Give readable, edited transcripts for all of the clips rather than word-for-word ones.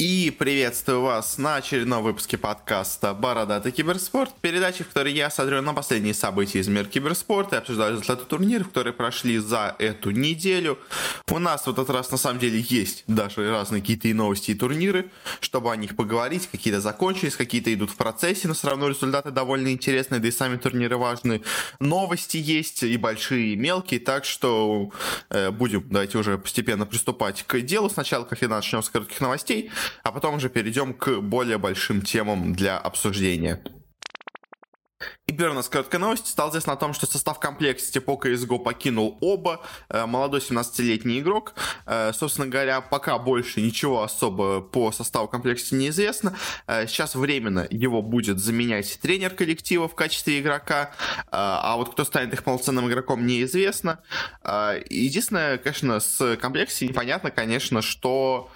И приветствую вас на очередном выпуске подкаста «Бородатый киберспорт», передачи, в которой я смотрю на последние события из мира киберспорта и обсуждаю результаты турниров, которые прошли за эту неделю. У нас в этот раз на самом деле есть даже разные какие-то и новости, и турниры, чтобы о них поговорить. Какие-то закончились, какие-то идут в процессе, но все равно результаты довольно интересные, да и сами турниры важны. Новости есть и большие, и мелкие, так что давайте уже постепенно приступать к делу. Сначала, как всегда, начнем с коротких новостей, а потом уже перейдем к более большим темам для обсуждения. И первая у нас короткая новость. Стало известно о том, что состав Complexity по CSGO покинул оба. Молодой 17-летний игрок. Собственно говоря, пока больше ничего особо по составу Complexity неизвестно. Сейчас временно его будет заменять тренер коллектива в качестве игрока. А вот кто станет их полноценным игроком, неизвестно. Единственное, конечно, с Complexity непонятно, конечно, что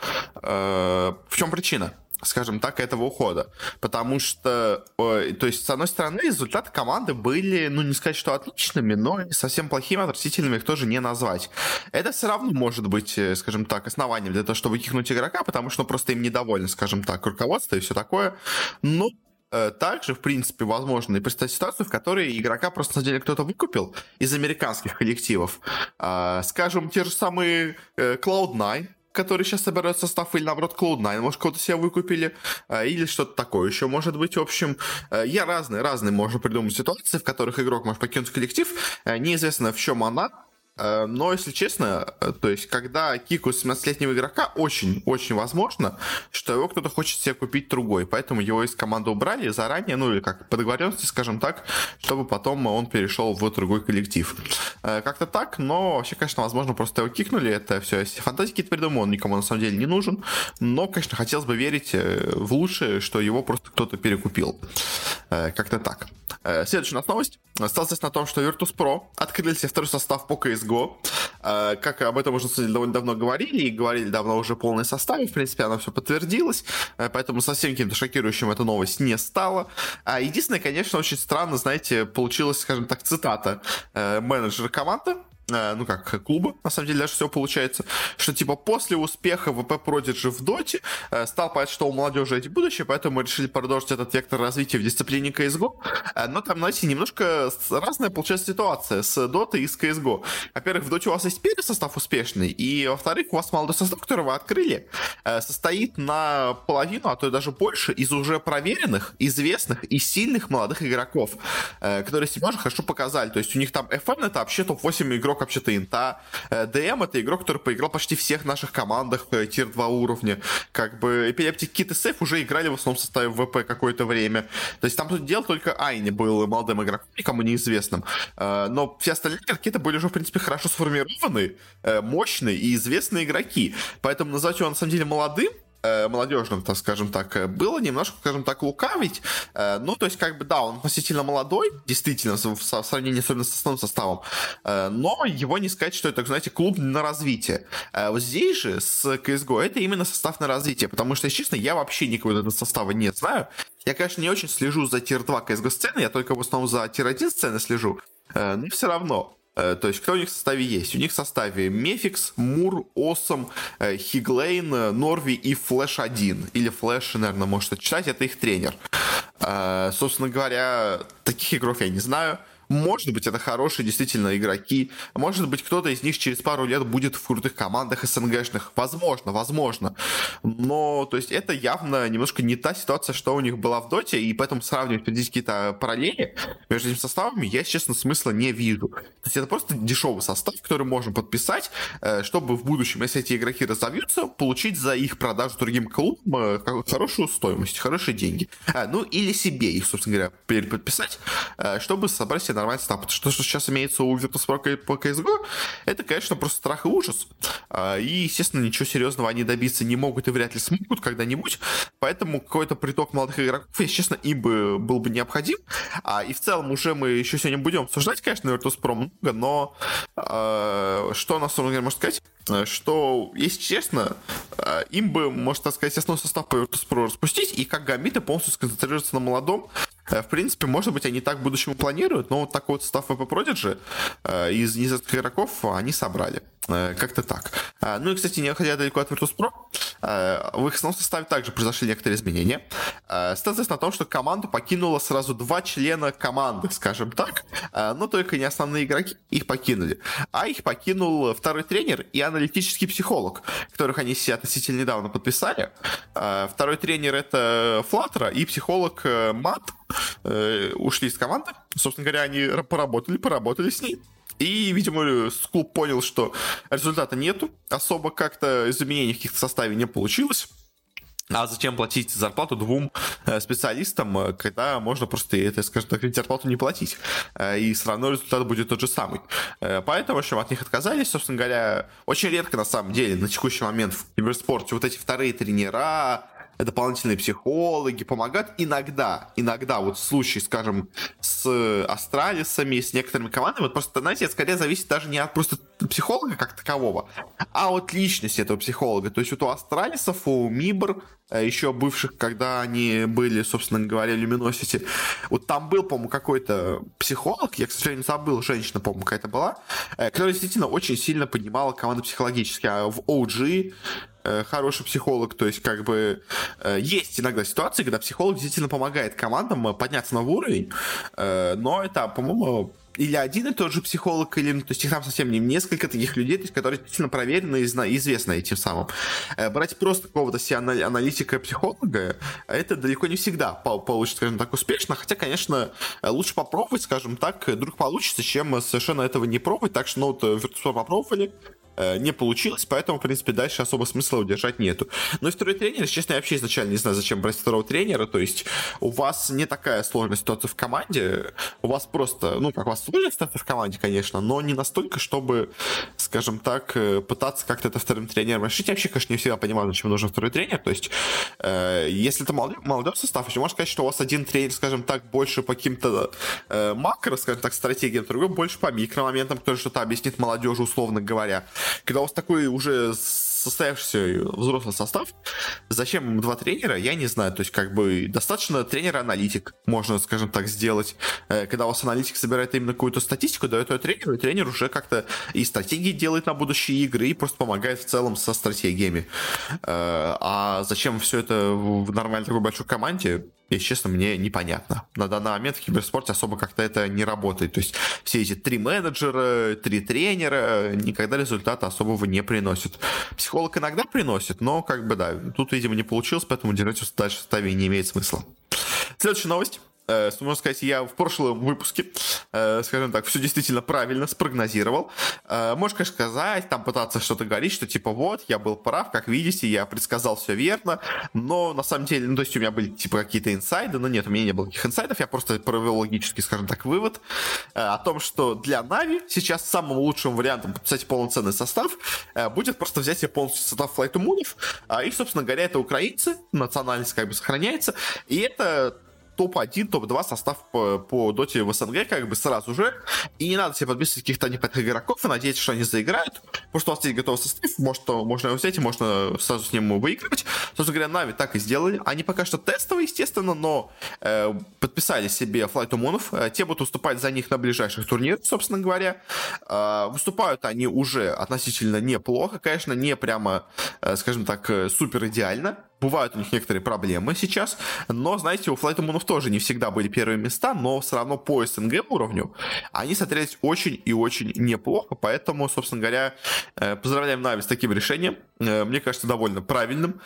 в чем причина, скажем так, этого ухода. Потому что, то есть, с одной стороны, результаты команды были, не сказать, что отличными, но не совсем плохими, отвратительными их тоже не назвать. Это все равно может быть, скажем так, основанием для того, чтобы кикнуть игрока, потому что просто им недовольно, скажем так, руководство и все такое. Но также, в принципе, возможно и представить ситуацию, в которой игрока просто, на самом деле, кто-то выкупил из американских коллективов. Скажем, те же самые Cloud9, который сейчас собирает состав, или наоборот Cloud9, может, кого-то себе выкупили, или что-то такое еще может быть. В общем, я разные можно придумать ситуации, в которых игрок может покинуть коллектив, неизвестно, в чем она. Но, если честно, то есть, когда кикают 17-летнего игрока, очень возможно, что его кто-то хочет себе купить другой, поэтому его из команды убрали заранее, или как по договоренности, скажем так, чтобы потом он перешел в другой коллектив. Как-то так, но вообще, конечно, возможно, просто его кикнули, это все фантазии какие-то придумал, он никому на самом деле не нужен, но, конечно, хотелось бы верить в лучшее, что его просто кто-то перекупил. Как-то так. Следующая у нас новость. Стало известно о том, что Virtus.pro открыли себе второй состав по CSGO. Как об этом уже довольно давно говорили, и говорили давно уже полный состав, и, в принципе, оно все подтвердилось, поэтому совсем каким-то шокирующим эта новость не стала. Единственное, конечно, очень странно, знаете, получилась, скажем так, цитата менеджера команды, как клуба, на самом деле, даже все получается, что, типа, после успеха VP Prodigy в доте стал понятно, что у молодежи есть будущее, поэтому мы решили продолжить этот вектор развития в дисциплине CSGO, но там, знаете, немножко разная получается ситуация с дотой и с CSGO. Во-первых, в доте у вас есть первый состав успешный, и, во-вторых, у вас молодой состав, который вы открыли, состоит на половину, а то и даже больше, из уже проверенных, известных и сильных молодых игроков, которые себя уже хорошо показали. То есть у них там FN — это вообще топ-8 игрок вообще-то инта. ДМ — это игрок, который поиграл почти в всех наших командах тир 2 уровня. Как бы Epileptic Kid и Сейф уже играли в основном составе ВП какое-то время. То есть там тут дело только Айни был молодым игроком, никому неизвестным. Но все остальные игроки-то были уже, в принципе, хорошо сформированы, мощные и известные игроки. Поэтому назвать его, на самом деле, молодежным, так скажем так, было немножко, скажем так, лукавить. То есть, он относительно молодой, действительно, в сравнении особенно с основным составом, но его не сказать, что это, знаете, клуб на развитие. Вот здесь же с CSGO это именно состав на развитие, потому что, если честно, я вообще никакого этого состава не знаю. Я, конечно, не очень слежу за тир 2 CSGO сцены, я только в основном за тир 1 сцены слежу, но все равно. То есть, кто у них в составе есть? У них в составе Мефикс, Мур, Осом, Хиглейн, Норви и Флэш 1. Или Флэш, наверное, может это читать, это их тренер. Собственно говоря, таких игроков я не знаю. Может быть, это хорошие действительно игроки. Может быть, кто-то из них через пару лет будет в крутых командах СНГшных. Возможно. Но, то есть, это явно немножко не та ситуация, что у них была в доте, и поэтому сравнивать здесь какие-то параллели между этими составами я, честно, смысла не вижу. То есть, это просто дешевый состав, который можно подписать, чтобы в будущем, если эти игроки разовьются, получить за их продажу другим клубам хорошую стоимость, хорошие деньги. Или себе их, собственно говоря, переподписать, чтобы собрать себе нормальный состав. Потому что сейчас имеется у Virtus.pro по CSGO, это, конечно, просто страх и ужас. И, естественно, ничего серьезного они добиться не могут и вряд ли смогут когда-нибудь. Поэтому какой-то приток молодых игроков, если честно, им был бы необходим. И в целом уже мы еще сегодня будем обсуждать, конечно, Virtus.pro много, но что на самом деле можно сказать? Что, если честно, им бы, можно так сказать, основной состав по Virtus.pro распустить и как гамбиты полностью сконцентрироваться на молодом. В принципе, может быть, они так в будущем планируют, но вот такой вот состав VP Prodigy из нескольких игроков они собрали. Как-то так. И, кстати, не уходя далеко от Virtus.pro, в их основном составе также произошли некоторые изменения. Соответственно, о том, что команду покинуло сразу 2 члена команды, скажем так, но только не основные игроки их покинули, а их покинул второй тренер и аналитический психолог, которых они себе относительно недавно подписали. Второй тренер — это Флаттера, и психолог Мат ушли из команды. Собственно говоря, они поработали с ней. И, видимо, клуб понял, что результата нету. Особо как-то изменений каких-то в составе не получилось. А зачем платить зарплату 2 специалистам, когда можно просто, это, скажем так, зарплату не платить. И все равно результат будет тот же самый. Поэтому, в общем, от них отказались. Собственно говоря, очень редко, на самом деле, на текущий момент в киберспорте вот эти вторые тренера, дополнительные психологи помогают иногда, вот в случае, скажем, с Астралисами, с некоторыми командами, вот просто, знаете, это скорее зависит даже не от просто психолога как такового, а от личности этого психолога. То есть вот у Астралисов, у Мибр, еще бывших, когда они были, собственно говоря, в Luminosity, вот там был, по-моему, какой-то психолог, я, к сожалению, забыл, женщина, по-моему, какая-то была, которая действительно очень сильно понимала команду психологически, а в OG хороший психолог, то есть как бы есть иногда ситуации, когда психолог действительно помогает командам подняться на новый уровень, но это, по-моему, или один и тот же психолог, или, то есть их там совсем не несколько таких людей, то есть, которые действительно проверены и известны этим самым. Брать просто какого-то себе аналитика-психолога, это далеко не всегда получится, скажем так, успешно, хотя, конечно, лучше попробовать, скажем так, вдруг получится, чем совершенно этого не пробовать, так что, ну, вот Virtus.pro попробовали, не получилось, поэтому, в принципе, дальше особо смысла удержать нету. Но и второй тренер, честно, я вообще изначально не знаю, зачем брать второго тренера, то есть у вас не такая сложная ситуация в команде, у вас просто, ну, как у вас сложная ситуация в команде, конечно, но не настолько, чтобы, скажем так, пытаться как-то это вторым тренером решить. Я вообще, конечно, не всегда понимаю, зачем нужен второй тренер, то есть если это молодой состав, еще можно сказать, что у вас один тренер, скажем так, больше по каким-то макро, скажем так, стратегиям, другой больше по микромоментам, который что-то объяснит молодежи, условно говоря. Когда у вас такой уже состоявшийся взрослый состав, зачем 2 тренера, я не знаю. То есть, как бы, достаточно тренера-аналитик, можно, скажем так, сделать. Когда у вас аналитик собирает именно какую-то статистику, дает ее тренеру, и тренер уже как-то и стратегии делает на будущие игры, и просто помогает в целом со стратегиями. А зачем все это в нормальной такой большой команде, если честно, мне непонятно. На данный момент в киберспорте особо как-то это не работает. То есть все эти 3 менеджера, 3 тренера никогда результата особого не приносят. Психолог иногда приносит, но как бы да, тут, видимо, не получилось, поэтому держать его дальше в составе не имеет смысла. Следующая новость. Можно сказать, я в прошлом выпуске, скажем так, все действительно правильно спрогнозировал. Можешь, конечно, сказать, там пытаться что-то говорить, что типа вот, я был прав, как видите, я предсказал все верно, но на самом деле, ну, то есть у меня были типа какие-то инсайды, но нет, у меня не было никаких инсайдов, я просто провел логический, скажем так, вывод о том, что для Нави сейчас самым лучшим вариантом подписать полноценный состав будет просто взять себе полностью состав Flight to Moon, и, собственно говоря, это украинцы, национальность как бы сохраняется, и это топ-1, топ-2 состав по доте в СНГ как бы сразу же. И не надо себе подписывать каких-то непонятных игроков и надеяться, что они заиграют. Потому что у вас есть готовый состав, можно его взять и можно сразу с ним выигрывать. Собственно говоря, Нави так и сделали. Они пока что тестовые, естественно, но подписали себе Flight to Moon. Те будут выступать за них на ближайших турнирах, собственно говоря. Выступают они уже относительно неплохо. Конечно, не прямо, скажем так, супер идеально. Бывают у них некоторые проблемы сейчас, но, знаете, у Flight to Moon тоже не всегда были первые места, но все равно по СНГ уровню они смотрелись очень и очень неплохо, поэтому, собственно говоря, поздравляем Нави с таким решением, мне кажется, довольно правильным,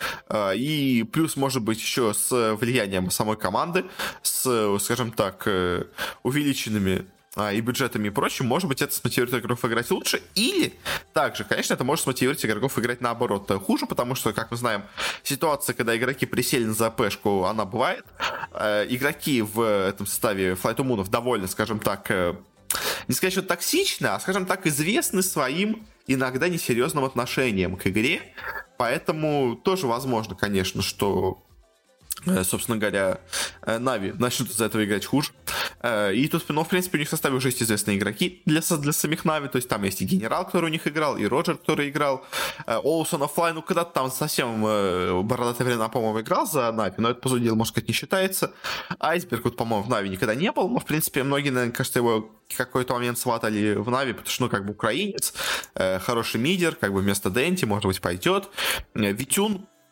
и плюс, может быть, еще с влиянием самой команды, с, скажем так, увеличенными и бюджетами и прочим, может быть, это смотивирует игроков играть лучше, или также, конечно, это может смотивировать игроков играть наоборот хуже, потому что, как мы знаем, ситуация, когда игроки присели за Пшку, она бывает. Игроки в этом составе Flight to Moon довольно, скажем так, не сказать, что токсичны, а, скажем так, известны своим иногда несерьезным отношением к игре, поэтому тоже возможно, конечно, что, собственно говоря, Нави начнут из-за этого играть хуже. И тут, ну, в принципе, у них в составе уже есть известные игроки для самих Нави, то есть там есть и Генерал, который у них играл, и Роджер, который играл, Олсон оффлайн, ну, когда-то там совсем бородатое время, по-моему, играл за Нави, но это, по сути дела, может сказать, не считается. Айсберг, вот, по-моему, в Нави никогда не был, но, в принципе, многие, наверное, кажется, его в какой-то момент сватали в Нави, потому что, ну, как бы украинец, хороший мидер, как бы вместо Денти, может быть, пойдет. Витюн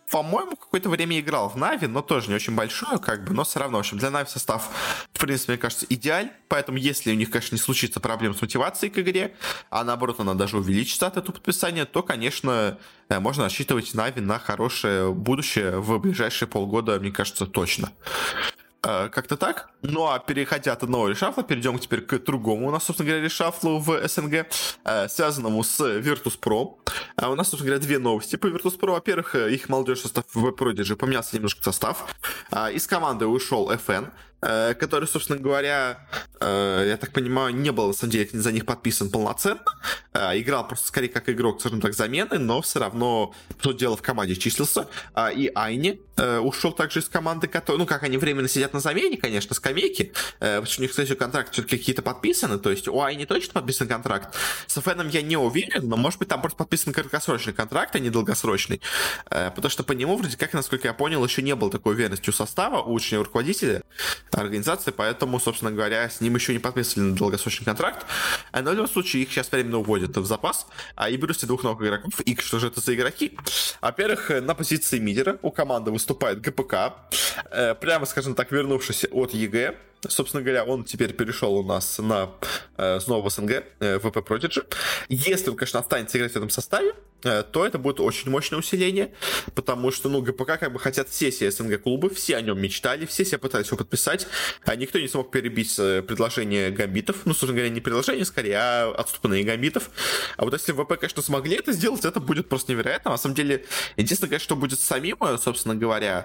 по-моему, какое-то время играл в Нави, но тоже не очень большое, но все равно, в общем, для Нави состав, в принципе, мне кажется, идеаль, поэтому если у них, конечно, не случится проблем с мотивацией к игре, а наоборот, она даже увеличится от этого подписания, то, конечно, можно рассчитывать Нави на хорошее будущее в ближайшие полгода, мне кажется, точно. Как-то так. Ну а переходя от одного решафла, перейдем теперь к другому у нас, собственно говоря, решафлу в СНГ, связанному с Virtus.pro. У нас, собственно говоря, две новости по Virtus.pro. Во-первых, их молодежный состав в Prodigy поменялся немножко состав. Из команды ушел FN, который, собственно говоря, я так понимаю, не был, на самом деле, за них подписан полноценно. Играл просто скорее как игрок, скажем так, замены, но все равно то дело в команде числился. И Айни ушел также из команды, который, как они временно сидят на замене, конечно, скамейки, потому что у них, кстати, контракты все-таки какие-то подписаны, то есть у Айни точно подписан контракт. С FN я не уверен, но, может быть, там просто подписан краткосрочный контракт, а не долгосрочный, потому что по нему, вроде как, насколько я понял, еще не было такой уверенности у состава, у учебного руководителя организации, поэтому, собственно говоря, с ним еще не подписывали на долгосрочный контракт. Но в любом случае их сейчас временно уводят в запас. И берут двух новых игроков. И что же это за игроки? Во-первых, на позиции мидера у команды выступает ГПК, прямо, скажем так, вернувшийся от ЕГЭ. Собственно говоря, он теперь перешел у нас снова в СНГ, в VP Prodigy. Если он, конечно, останется играть в этом составе, то это будет очень мощное усиление, потому что, ГПК хотят все СНГ клубы, все о нем мечтали, все себя пытались его подписать, никто не смог перебить предложение гамбитов, собственно говоря, не предложение, скорее, а отступные гамбитов. А вот если ВП, конечно, смогли это сделать, это будет просто невероятно. На самом деле, единственное, конечно, что будет с самим, собственно говоря,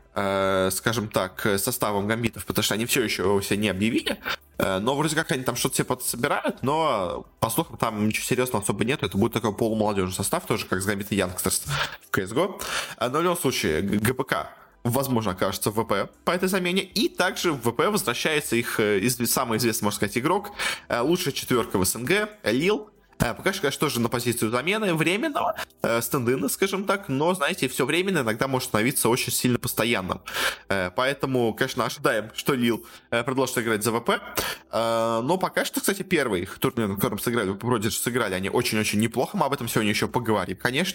скажем так, составом гамбитов, потому что они все еще себя не объявили, но вроде как они там что-то себе собирают, но по слухам там ничего серьезного особо нет, это будет такой полумолодежный состав, тоже как с Гамбит и Youngsters в CSGO. Но в любом случае, ГПК возможно окажется в ВП по этой замене, и также в ВП возвращается их самый известный, можно сказать, игрок, лучшая четверка в СНГ, Лил. Пока что, конечно, тоже на позицию замены временного, стендина, скажем так, но, знаете, все временно иногда может становиться очень сильно постоянным. Поэтому, конечно, ожидаем, что Лил продолжит играть за ВП. Но пока что, кстати, первый турнир, на котором сыграли, вроде же сыграли они очень-очень неплохо, мы об этом сегодня еще поговорим, конечно.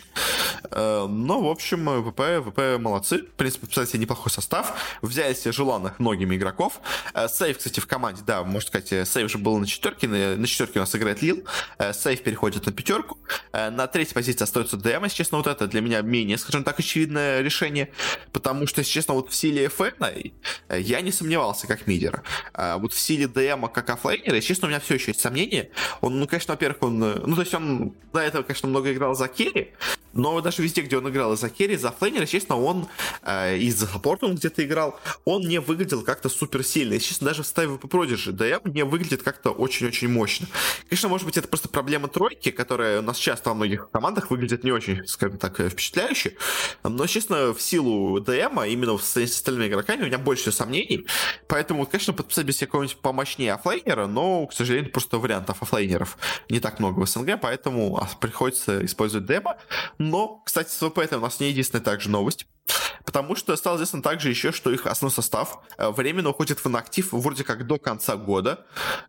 Но, в общем, ВП молодцы, в принципе, подписали себе неплохой состав, взяли себе желанных многими игроков. Сейв, кстати, в команде, да, можно сказать, Сейв же был на четверке, на четверке у нас играет Лил, Сейв переходит на пятерку. На третьей позиции остается ДМ, если честно, вот это для меня менее, скажем так, очевидное решение, потому что, если честно, вот в силе FN я не сомневался как мидера. Вот в силе ДМ как оффлейнера, если честно, у меня все еще есть сомнения. Он, конечно, во-первых, то есть он до этого, конечно, много играл за керри, но даже везде, где он играл за керри, за оффлейнера, честно, он из-за саппорта он где-то играл, он не выглядел как-то супер сильно. Если честно, даже в стае VP Prodigy ДМ не выглядит как-то очень-очень мощно. Конечно, может быть, это просто проблема тройки, которая у нас часто во многих командах выглядит не очень, скажем так, впечатляюще. Но, честно, в силу ДМа, именно с остальными игроками, у меня больше сомнений. Поэтому, конечно, подписать без какого-нибудь помощнее оффлейнера, но, к сожалению, просто вариантов оффлейнеров не так много в СНГ, поэтому приходится использовать ДМа. Но, кстати, с ВП это у нас не единственная также новость. Потому что стало известно также еще, что их основной состав временно уходит в инактив вроде как до конца года.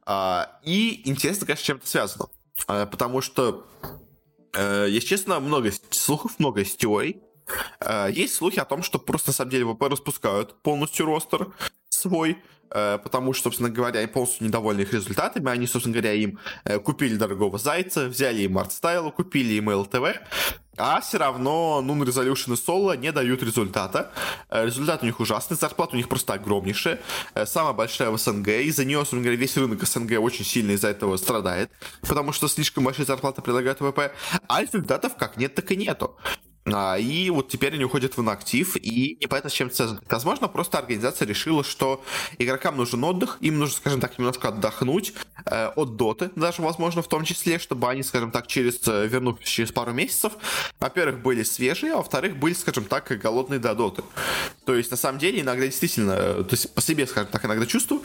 И интересно, конечно, с чем это связано. Потому что, если честно, много слухов, много теорий. Есть слухи о том, что просто на самом деле ВП распускают полностью ростер свой, потому что, собственно говоря, они полностью недовольны их результатами. Они, собственно говоря, им купили дорогого Зайца, взяли им Артстайл, купили им ЛТВ, а все равно Noon Resolution и Соло не дают результата. Результат у них ужасный, зарплата у них просто огромнейшая, самая большая в СНГ. Из-за нее, собственно говоря, весь рынок СНГ очень сильно из-за этого страдает, потому что слишком большие зарплаты предлагают ВП, а результатов как нет, так и нету. И вот теперь они уходят в инактив, и непонятно, с чем это связано. Возможно, просто организация решила, что игрокам нужен отдых, им нужно, скажем так, немножко отдохнуть от доты, даже, возможно, в том числе, чтобы они, скажем так, вернувшись через пару месяцев, во-первых, были свежие, а во-вторых, были, скажем так, голодные до доты. То есть, на самом деле, иногда действительно, то есть по себе, скажем так, иногда чувствую,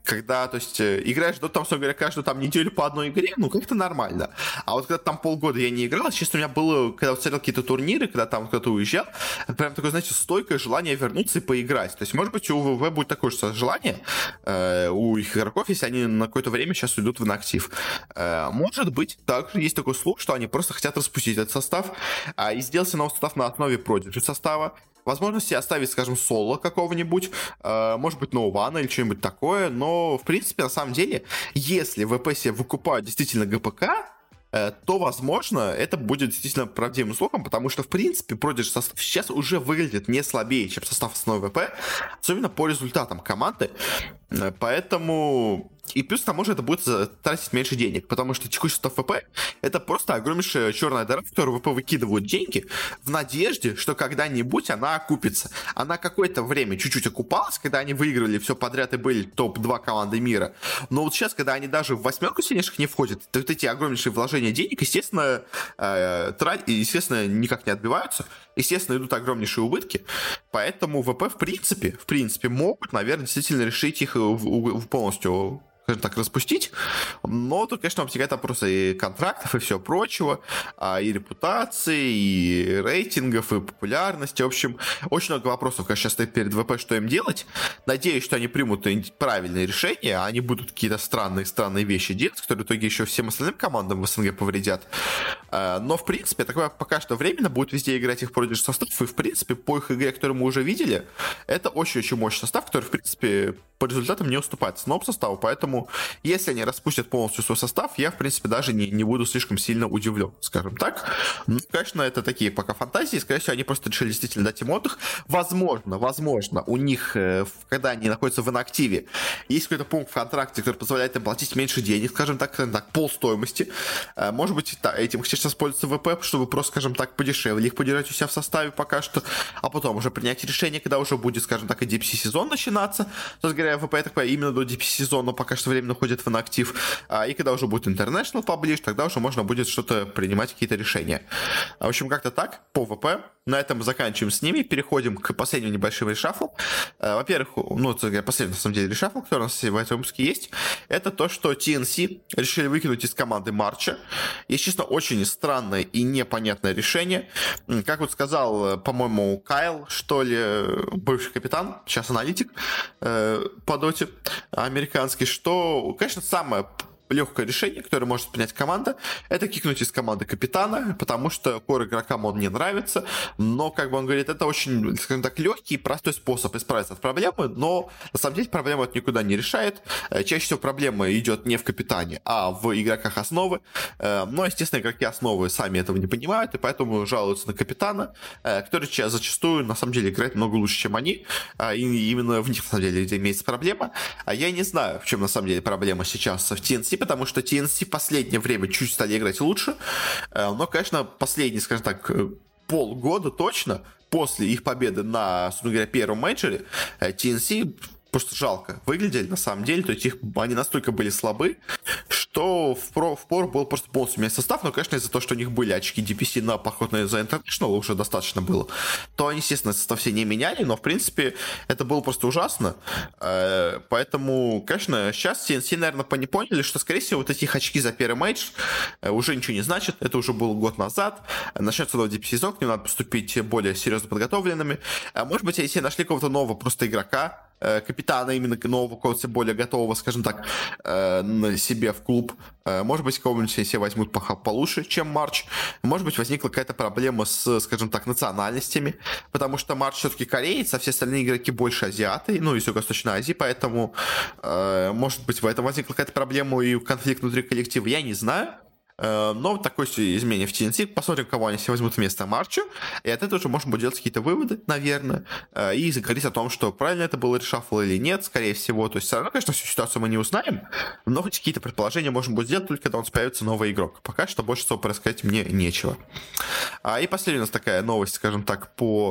когда, то есть, играешь, там, собственно говоря, каждую там неделю по одной игре, ну, как-то нормально. А вот когда там полгода я не играл, честно, у меня было, когда вот смотрел какие-то турниры, когда там кто-то уезжал, прям такое, знаете, стойкое желание вернуться и поиграть. То есть, может быть, у ВВ будет такое же желание, у их игроков, если они на какое-то время сейчас уйдут в инактив. Может быть, также есть такой слух, что они просто хотят распустить этот состав и сделать новый состав на основе Prodigy состава. Возможности оставить, скажем, соло какого-нибудь, может быть, ноувана или что-нибудь такое, но, в принципе, на самом деле, если ВП себе выкупают действительно ГПК, то, возможно, это будет действительно правдивым слухом, потому что, в принципе, Prodigy состав сейчас уже выглядит не слабее, чем состав основной ВП, особенно по результатам команды, поэтому... И плюс к тому же это будет тратить меньше денег, потому что текущий состав ВП это просто огромнейшая черная дыра, в которую ВП выкидывают деньги в надежде, что когда-нибудь она окупится. Она какое-то время чуть-чуть окупалась, когда они выигрывали все подряд и были топ-2 команды мира. Но вот сейчас, когда они даже в восьмерку сильнейших не входят, то вот эти огромнейшие вложения денег, естественно, никак не отбиваются. Естественно, идут огромнейшие убытки. Поэтому ВП в принципе, могут, наверное, действительно решить их полностью, скажем так, распустить, но тут, конечно, обтекает вопросы и контрактов, и всего прочего, и репутации, и рейтингов, и популярности. В общем, очень много вопросов, конечно, сейчас стоит перед ВП, что им делать. Надеюсь, что они примут правильные решения, а они будут какие-то странные вещи делать, которые в итоге еще всем остальным командам в СНГ повредят. Но, в принципе, такое пока что временно будет везде играть их Prodigy состав, и, в принципе, по их игре, которую мы уже видели, это очень-очень мощный состав, который, в принципе, по результатам не уступает СНОП составу, поэтому если они распустят полностью свой состав, я, в принципе, даже не буду слишком сильно удивлен, скажем так. Ну, конечно, это такие пока фантазии, скорее всего, они просто решили действительно дать им отдых. Возможно, у них, когда они находятся в инактиве, есть какой-то пункт в контракте, который позволяет им платить меньше денег, скажем так, полстоимости. Может быть, этим хотят воспользоваться ВП, чтобы просто, скажем так, подешевле их подержать у себя в составе пока что, а потом уже принять решение, когда уже будет, скажем так, и DPC-сезон начинаться. То есть, говоря, ВП, я так понимаю, именно до DPC-сезона пока что временно ходит в инактив, и когда уже будет International поближе, тогда уже можно будет что-то принимать, какие-то решения. В общем, как-то так, по ВП. На этом заканчиваем с ними, переходим к последним небольшим решафлам. Во-первых, последний, на самом деле, решафл, который у нас в этом выпуске есть, это то, что TNC решили выкинуть из команды Марча. Если честно, очень странное и непонятное решение. Как вот сказал, по-моему, Кайл, что ли, бывший капитан, сейчас аналитик по доте американский, что, конечно, самое легкое решение, которое может принять команда, это кикнуть из команды капитана, потому что кор игрокам он не нравится, но, как бы он говорит, это очень, скажем так, легкий и простой способ исправиться от проблемы, но, на самом деле, проблему это никуда не решает. Чаще всего проблема идет не в капитане, а в игроках основы, но, естественно, игроки основы сами этого не понимают, и поэтому жалуются на капитана, который зачастую, на самом деле, играет много лучше, чем они, и именно в них, на самом деле, имеется проблема. Я не знаю, в чем, на самом деле, проблема сейчас в TNC, потому что TNC в последнее время чуть стали играть лучше, но, конечно, последние, скажем так, полгода точно после их победы на, собственно говоря, первом мейджоре TNC просто жалко выглядели, на самом деле, то есть они настолько были слабы, что впору был просто полностью менять состав, но, конечно, из-за того, что у них были очки DPC на поход на The International, уже достаточно было, то они, естественно, состав все не меняли, но, в принципе, это было просто ужасно, поэтому, конечно, сейчас TNC, наверное, не поняли, что, скорее всего, вот эти очки за первый мейдж уже ничего не значат, это уже был год назад, начнется новый DPC-сезон, к ним надо поступить более серьезно подготовленными, может быть, они себе нашли какого-то нового просто игрока, капитана именно нового, какого-то более готового, скажем так, себе в клуб. Может быть, кого-нибудь себе возьмут получше, чем Марч. Может быть, возникла какая-то проблема с, скажем так, национальностями, потому что Марч все-таки кореец, а все остальные игроки больше азиаты, ну, из Юго-Восточной Азии, поэтому, может быть, в этом возникла какая-то проблема и конфликт внутри коллектива, я не знаю. Но такое изменение в TNC. Посмотрим, кого они себе возьмут вместо Марча. И от этого уже можно будет делать какие-то выводы, наверное. И говорить о том, что правильно это было решафл или нет, скорее всего. То есть, все равно, конечно, всю ситуацию мы не узнаем. Но хоть какие-то предположения можно будет сделать, только когда у нас появится новый игрок. Пока что больше всего рассказать мне нечего. И последняя у нас такая новость, скажем так,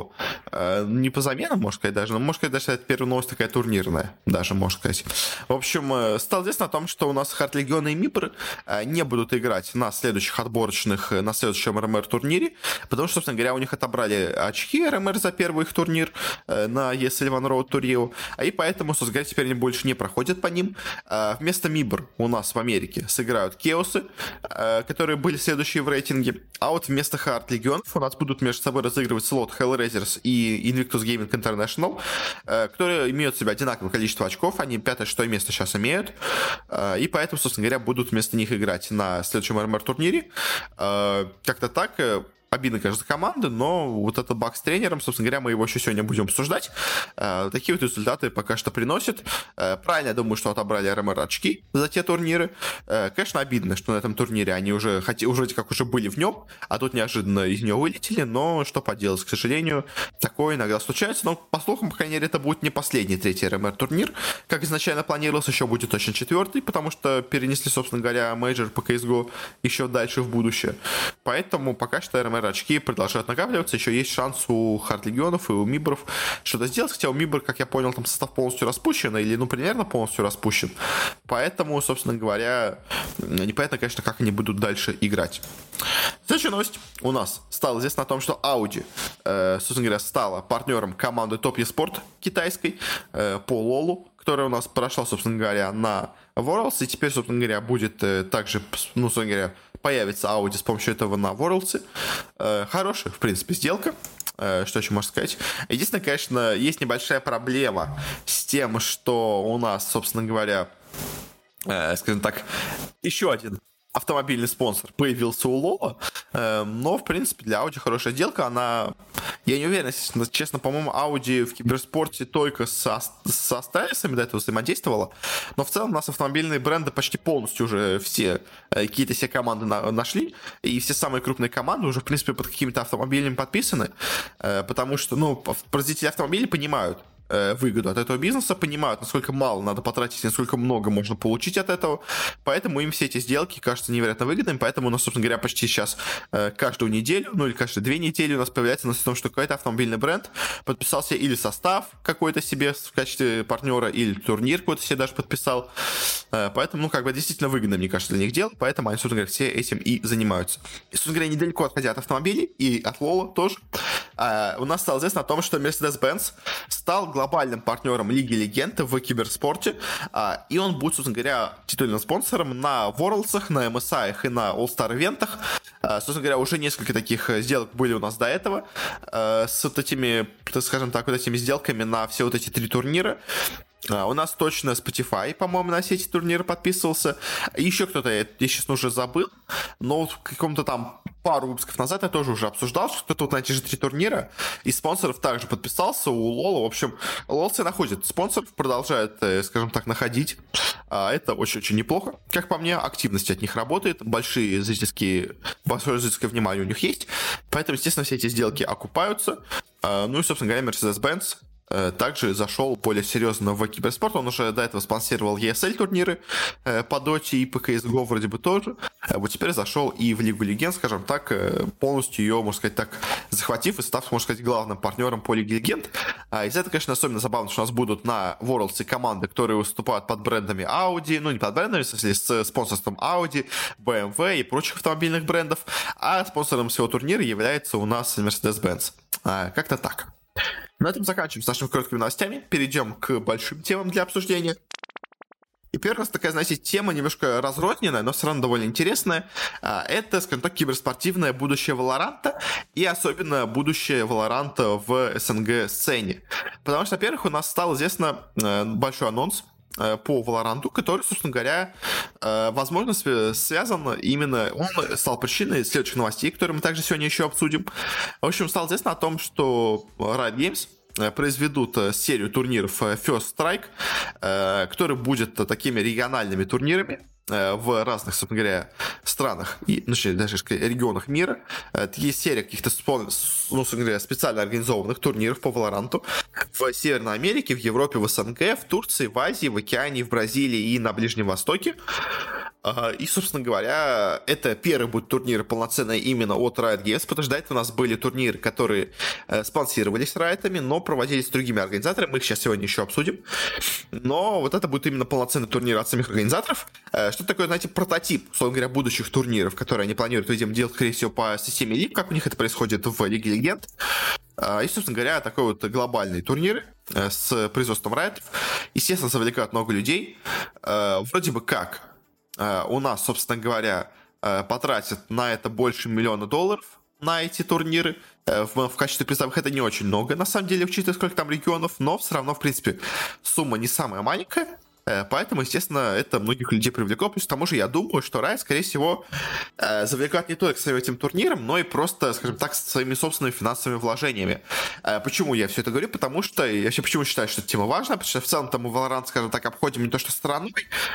не по заменам, можно сказать, даже. Но, можно сказать, даже это первая новость такая турнирная. Даже, можно сказать. В общем, стало известно о том, что у нас Хард Легион и Мипр не будут играть играть на следующих отборочных, на следующем РМР-турнире, потому что, собственно говоря, у них отобрали очки РМР за первый их турнир на ESL One Road to Rio, и поэтому, собственно говоря, теперь они больше не проходят по ним. Вместо МИБР у нас в Америке сыграют Кеосы, которые были следующие в рейтинге, а вот вместо Hard Легионов у нас будут между собой разыгрывать слот Hellraisers и Invictus Gaming International, которые имеют в себе одинаковое количество очков, они 5-6 место сейчас имеют, и поэтому, собственно говоря, будут вместо них играть на следующем РМР-турнире. Как-то так. Обидно, конечно, за команды, но вот этот баг с тренером, собственно говоря, мы его еще сегодня будем обсуждать. Такие вот результаты пока что приносят. Правильно, я думаю, что отобрали РМР очки за те турниры. Конечно, обидно, что на этом турнире они уже вроде как уже были в нем, а тут неожиданно из него вылетели, но что поделать, к сожалению, такое иногда случается. Но, по слухам, по крайней мере, это будет не последний третий РМР-турнир, как изначально планировалось, еще будет точно четвертый, потому что перенесли, собственно говоря, мейджор по CSGO еще дальше в будущее. Поэтому пока что РМР очки продолжают накапливаться, еще есть шанс у Хард Легионов и у Мибров что-то сделать, хотя у Мибр, как я понял, там состав полностью распущен, или, примерно полностью распущен, поэтому, собственно говоря, непонятно, конечно, как они будут дальше играть. Следующая новость у нас стала известна о том, что Audi, собственно говоря, стала партнером команды Top eSport китайской по Лолу, которая у нас прошла, собственно говоря, на Worlds, и теперь, собственно говоря, будет также, собственно говоря, появится Audi с помощью этого на Worlds. Хорошая, в принципе, сделка. Что еще можно сказать? Единственное, конечно, есть небольшая проблема с тем, что у нас, собственно говоря, скажем так, еще один автомобильный спонсор появился у Лола, но, в принципе, для Audi хорошая сделка, я не уверен, честно, по-моему, Audi в киберспорте только со Astralis до этого взаимодействовала, но в целом у нас автомобильные бренды почти полностью уже все, какие-то все команды нашли, и все самые крупные команды уже, в принципе, под какими-то автомобилями подписаны, потому что, производители автомобилей понимают выгоду от этого бизнеса, понимают, насколько мало надо потратить, насколько много можно получить от этого, поэтому им все эти сделки кажутся невероятно выгодными, поэтому у нас, собственно говоря, почти сейчас каждую неделю, или каждые 2 недели у нас появляется новость о том, что какой-то автомобильный бренд подписался или состав какой-то себе в качестве партнера, или турнир какой-то себе даже подписал, поэтому, действительно выгодно, мне кажется, для них дело, поэтому они, собственно говоря, все этим и занимаются. И, собственно говоря, недалеко отходя от автомобилей и от Лола тоже, у нас стало известно о том, что Mercedes-Benz стал глобальным партнером Лиги Легенд в киберспорте, и он будет, собственно говоря, титульным спонсором на Worlds'ах, на MSI и на All-Star ивентах. Собственно говоря, уже несколько таких сделок были у нас до этого с вот этими, скажем так, вот этими сделками на все вот эти 3 турнира. У нас точно Spotify, по-моему, на все эти турниры подписывался. Еще кто-то, я сейчас уже забыл, но в каком-то там пару выпусков назад я тоже уже обсуждал, что кто-то вот на эти же 3 турнира из спонсоров также подписался у Лола. В общем, Лол находит спонсоров, продолжает, скажем так, находить. Это очень-очень неплохо. Как по мне, активность от них работает, большое зрительское внимание у них есть, поэтому, естественно, все эти сделки окупаются. Ну и, собственно говоря, Mercedes-Benz также зашел более серьезно в киберспорт. Он уже до этого спонсировал ESL турниры по Доте и по CSGO вроде бы тоже. Вот теперь зашел и в Лигу Легенд, скажем так, полностью ее, можно сказать так, захватив и став, можно сказать, главным партнером по Лиге Легенд. Из-за этого, конечно, особенно забавно, что у нас будут на Worlds команды, которые выступают под брендами Audi, не под брендами, в смысле, с спонсорством Audi, BMW и прочих автомобильных брендов, а спонсором всего турнира является у нас Mercedes-Benz. Как-то так. На этом заканчиваем с нашими короткими новостями. Перейдем к большим темам для обсуждения. И первая у нас такая, знаете, тема немножко разрозненная, но все равно довольно интересная. Это, скажем так, киберспортивное будущее Валоранта и особенно будущее Валоранта в СНГ-сцене. Потому что, во-первых, у нас стал известно большой анонс по Valorant, который, собственно говоря, возможно, связан именно, он стал причиной следующих новостей, которые мы также сегодня еще обсудим. В общем, стало известно о том, что Riot Games произведут серию турниров First Strike, который будет такими региональными турнирами в разных, собственно говоря, странах и, даже регионах мира. Есть серия каких-то, собственно говоря, специально организованных турниров по Валоранту в Северной Америке, в Европе, в СНГ, в Турции, в Азии, в Океании, в Бразилии и на Ближнем Востоке. И, собственно говоря, это первый будет турнир полноценный именно от Riot Games, потому что до этого у нас были турниры, которые спонсировались Riot'ами, но проводились другими организаторами. Мы их сейчас сегодня еще обсудим. Но вот это будет именно полноценный турнир от самих организаторов. Что такое, знаете, прототип, условно говоря, будущих турниров, которые они планируют, видимо, делать, скорее всего, по системе лиг, как у них это происходит в Лиге Легенд. И, собственно говоря, такой вот глобальный турнир с производством Riot. Естественно, завлекают много людей. Вроде бы как у нас, собственно говоря, потратят на это больше $1 миллиона на эти турниры. В качестве призовых это не очень много, на самом деле, учитывая, сколько там регионов, но все равно, в принципе, сумма не самая маленькая. Поэтому, естественно, это многих людей привлекло. Плюс к тому же, я думаю, что Riot, скорее всего, завлекает не только своим этим турниром, но и просто, скажем так, своими собственными финансовыми вложениями. Почему я все это говорю? Потому что, я вообще почему считаю, что эта тема важна, потому что в целом-то мы Valorant, скажем так, обходим не то что стороной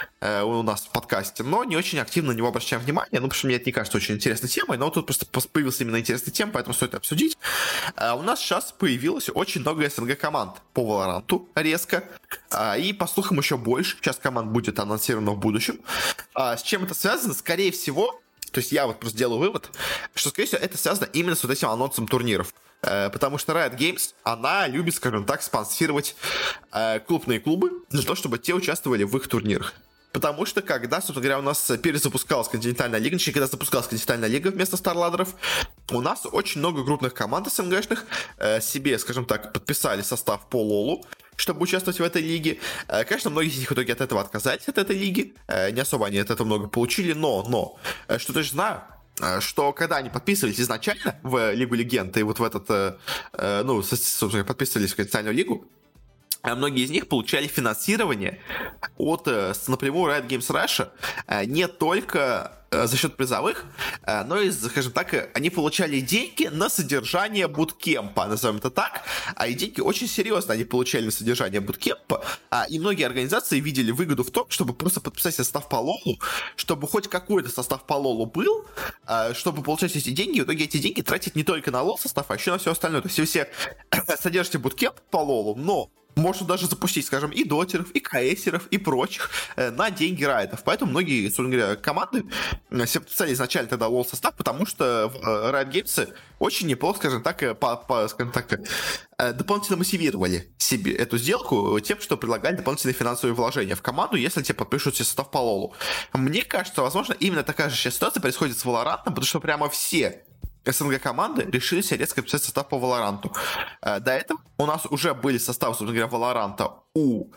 у нас в подкасте, но не очень активно на него обращаем внимание, потому что мне это не кажется очень интересной темой, но тут просто появился именно интересная тема, поэтому стоит обсудить. У нас сейчас появилось очень много СНГ команд по Valorant резко, и, по слухам, еще больше. Сейчас команд будет анонсировано в будущем. С чем это связано? Скорее всего, то есть я вот просто делаю вывод, что, скорее всего, это связано именно с вот этим анонсом турниров. Потому что Riot Games, она любит, скажем так, спонсировать крупные клубы для того, чтобы те участвовали в их турнирах. Потому что, когда, собственно говоря, у нас перезапускалась континентальная лига, когда запускалась континентальная лига вместо Старладеров, у нас очень много крупных команд СНГшных себе, скажем так, подписали состав по Лолу, чтобы участвовать в этой лиге. Конечно, многие из них в итоге от этого отказались, от этой лиги. Не особо они от этого много получили, но что точно знаю, что когда они подписывались изначально в Лигу Легенд и вот в этот, собственно, подписывались в континентальную лигу, многие из них получали финансирование от напрямую Riot Games Russia не только за счет призовых, но и, скажем так, они получали деньги на содержание буткемпа, назовем это так, и деньги очень серьезно они получали на содержание буткемпа, и многие организации видели выгоду в том, чтобы просто подписать состав по Лолу, чтобы хоть какой-то состав по Лолу был, чтобы получать эти деньги, и в итоге эти деньги тратить не только на Лол состав, а еще на все остальное. То есть вы все содержите буткемп по Лолу, но можно даже запустить, скажем, и дотеров, и каэсеров, и прочих на деньги райтов. Поэтому многие, собственно говоря, команды себе подписали изначально тогда лол состав, потому что Riot Games очень неплохо, скажем так, дополнительно мотивировали себе эту сделку тем, что предлагали дополнительные финансовые вложения в команду, если тебе подпишут себе состав по лолу. Мне кажется, возможно, именно такая же сейчас ситуация происходит с Valorant, потому что прямо все СНГ команды решили себе резко писать состав по Valorant. До этого у нас уже были составы, собственно говоря, Valorant у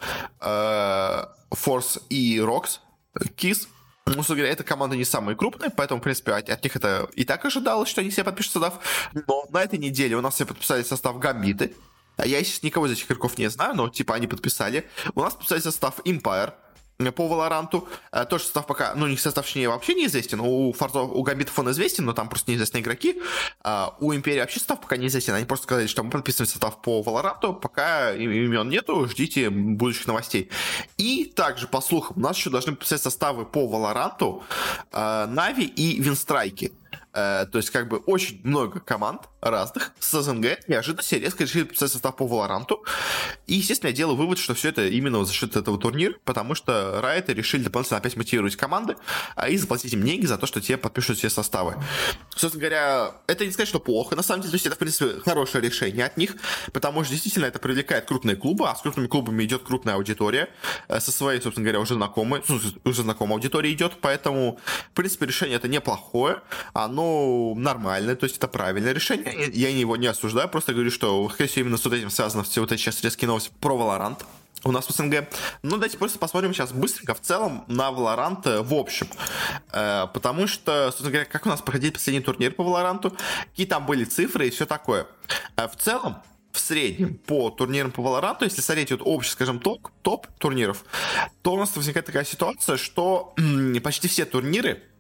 Force и Rox, Kiss. Ну, собственно говоря, эта команда не самая крупная, поэтому, в принципе, от них это и так ожидалось, что они себе подпишут состав. Но на этой неделе у нас все подписали состав Гамбиты. Я, естественно, никого из этих игроков не знаю, но, типа, они подписали. У нас подписали состав Empire по Валоранту. Тоже состав пока, у них состав, точнее, вообще неизвестен. У Гамбитов он известен, но там просто неизвестные игроки. У Империи вообще состав пока неизвестен. Они просто сказали, что мы подписываем состав по Валоранту. Пока имен нету, ждите будущих новостей. И также, по слухам, у нас еще должны подписать составы по Валоранту Нави и Винстрайки. То есть, как бы, очень много команд разных с СНГ неожиданно себе резко решили подписать состав по Валоранту. И, естественно, я делаю вывод, что все это именно за счет этого турнира, потому что Riot решили дополнительно опять мотивировать команды и заплатить им деньги за то, что те подпишут все составы. Собственно говоря, это не сказать, что плохо, на самом деле, то есть это, в принципе, хорошее решение от них, потому что действительно это привлекает крупные клубы, а с крупными клубами идет крупная аудитория, со своей, собственно говоря, уже знакомой аудиторией идет, поэтому, в принципе, решение это неплохое, оно нормальное, то есть это правильное решение. Я его не осуждаю, просто говорю, что, скорее всего, именно с вот этим связано все вот эти сейчас резкие новости про Valorant у нас в СНГ. Ну, давайте просто посмотрим сейчас быстренько в целом на Valorant в общем. Потому что, собственно говоря, как у нас проходил последний турнир по Valorant, какие там были цифры и все такое. В целом, в среднем по турнирам по Valorant, если смотреть вот общий, скажем, топ турниров, то у нас возникает такая ситуация, что почти все турниры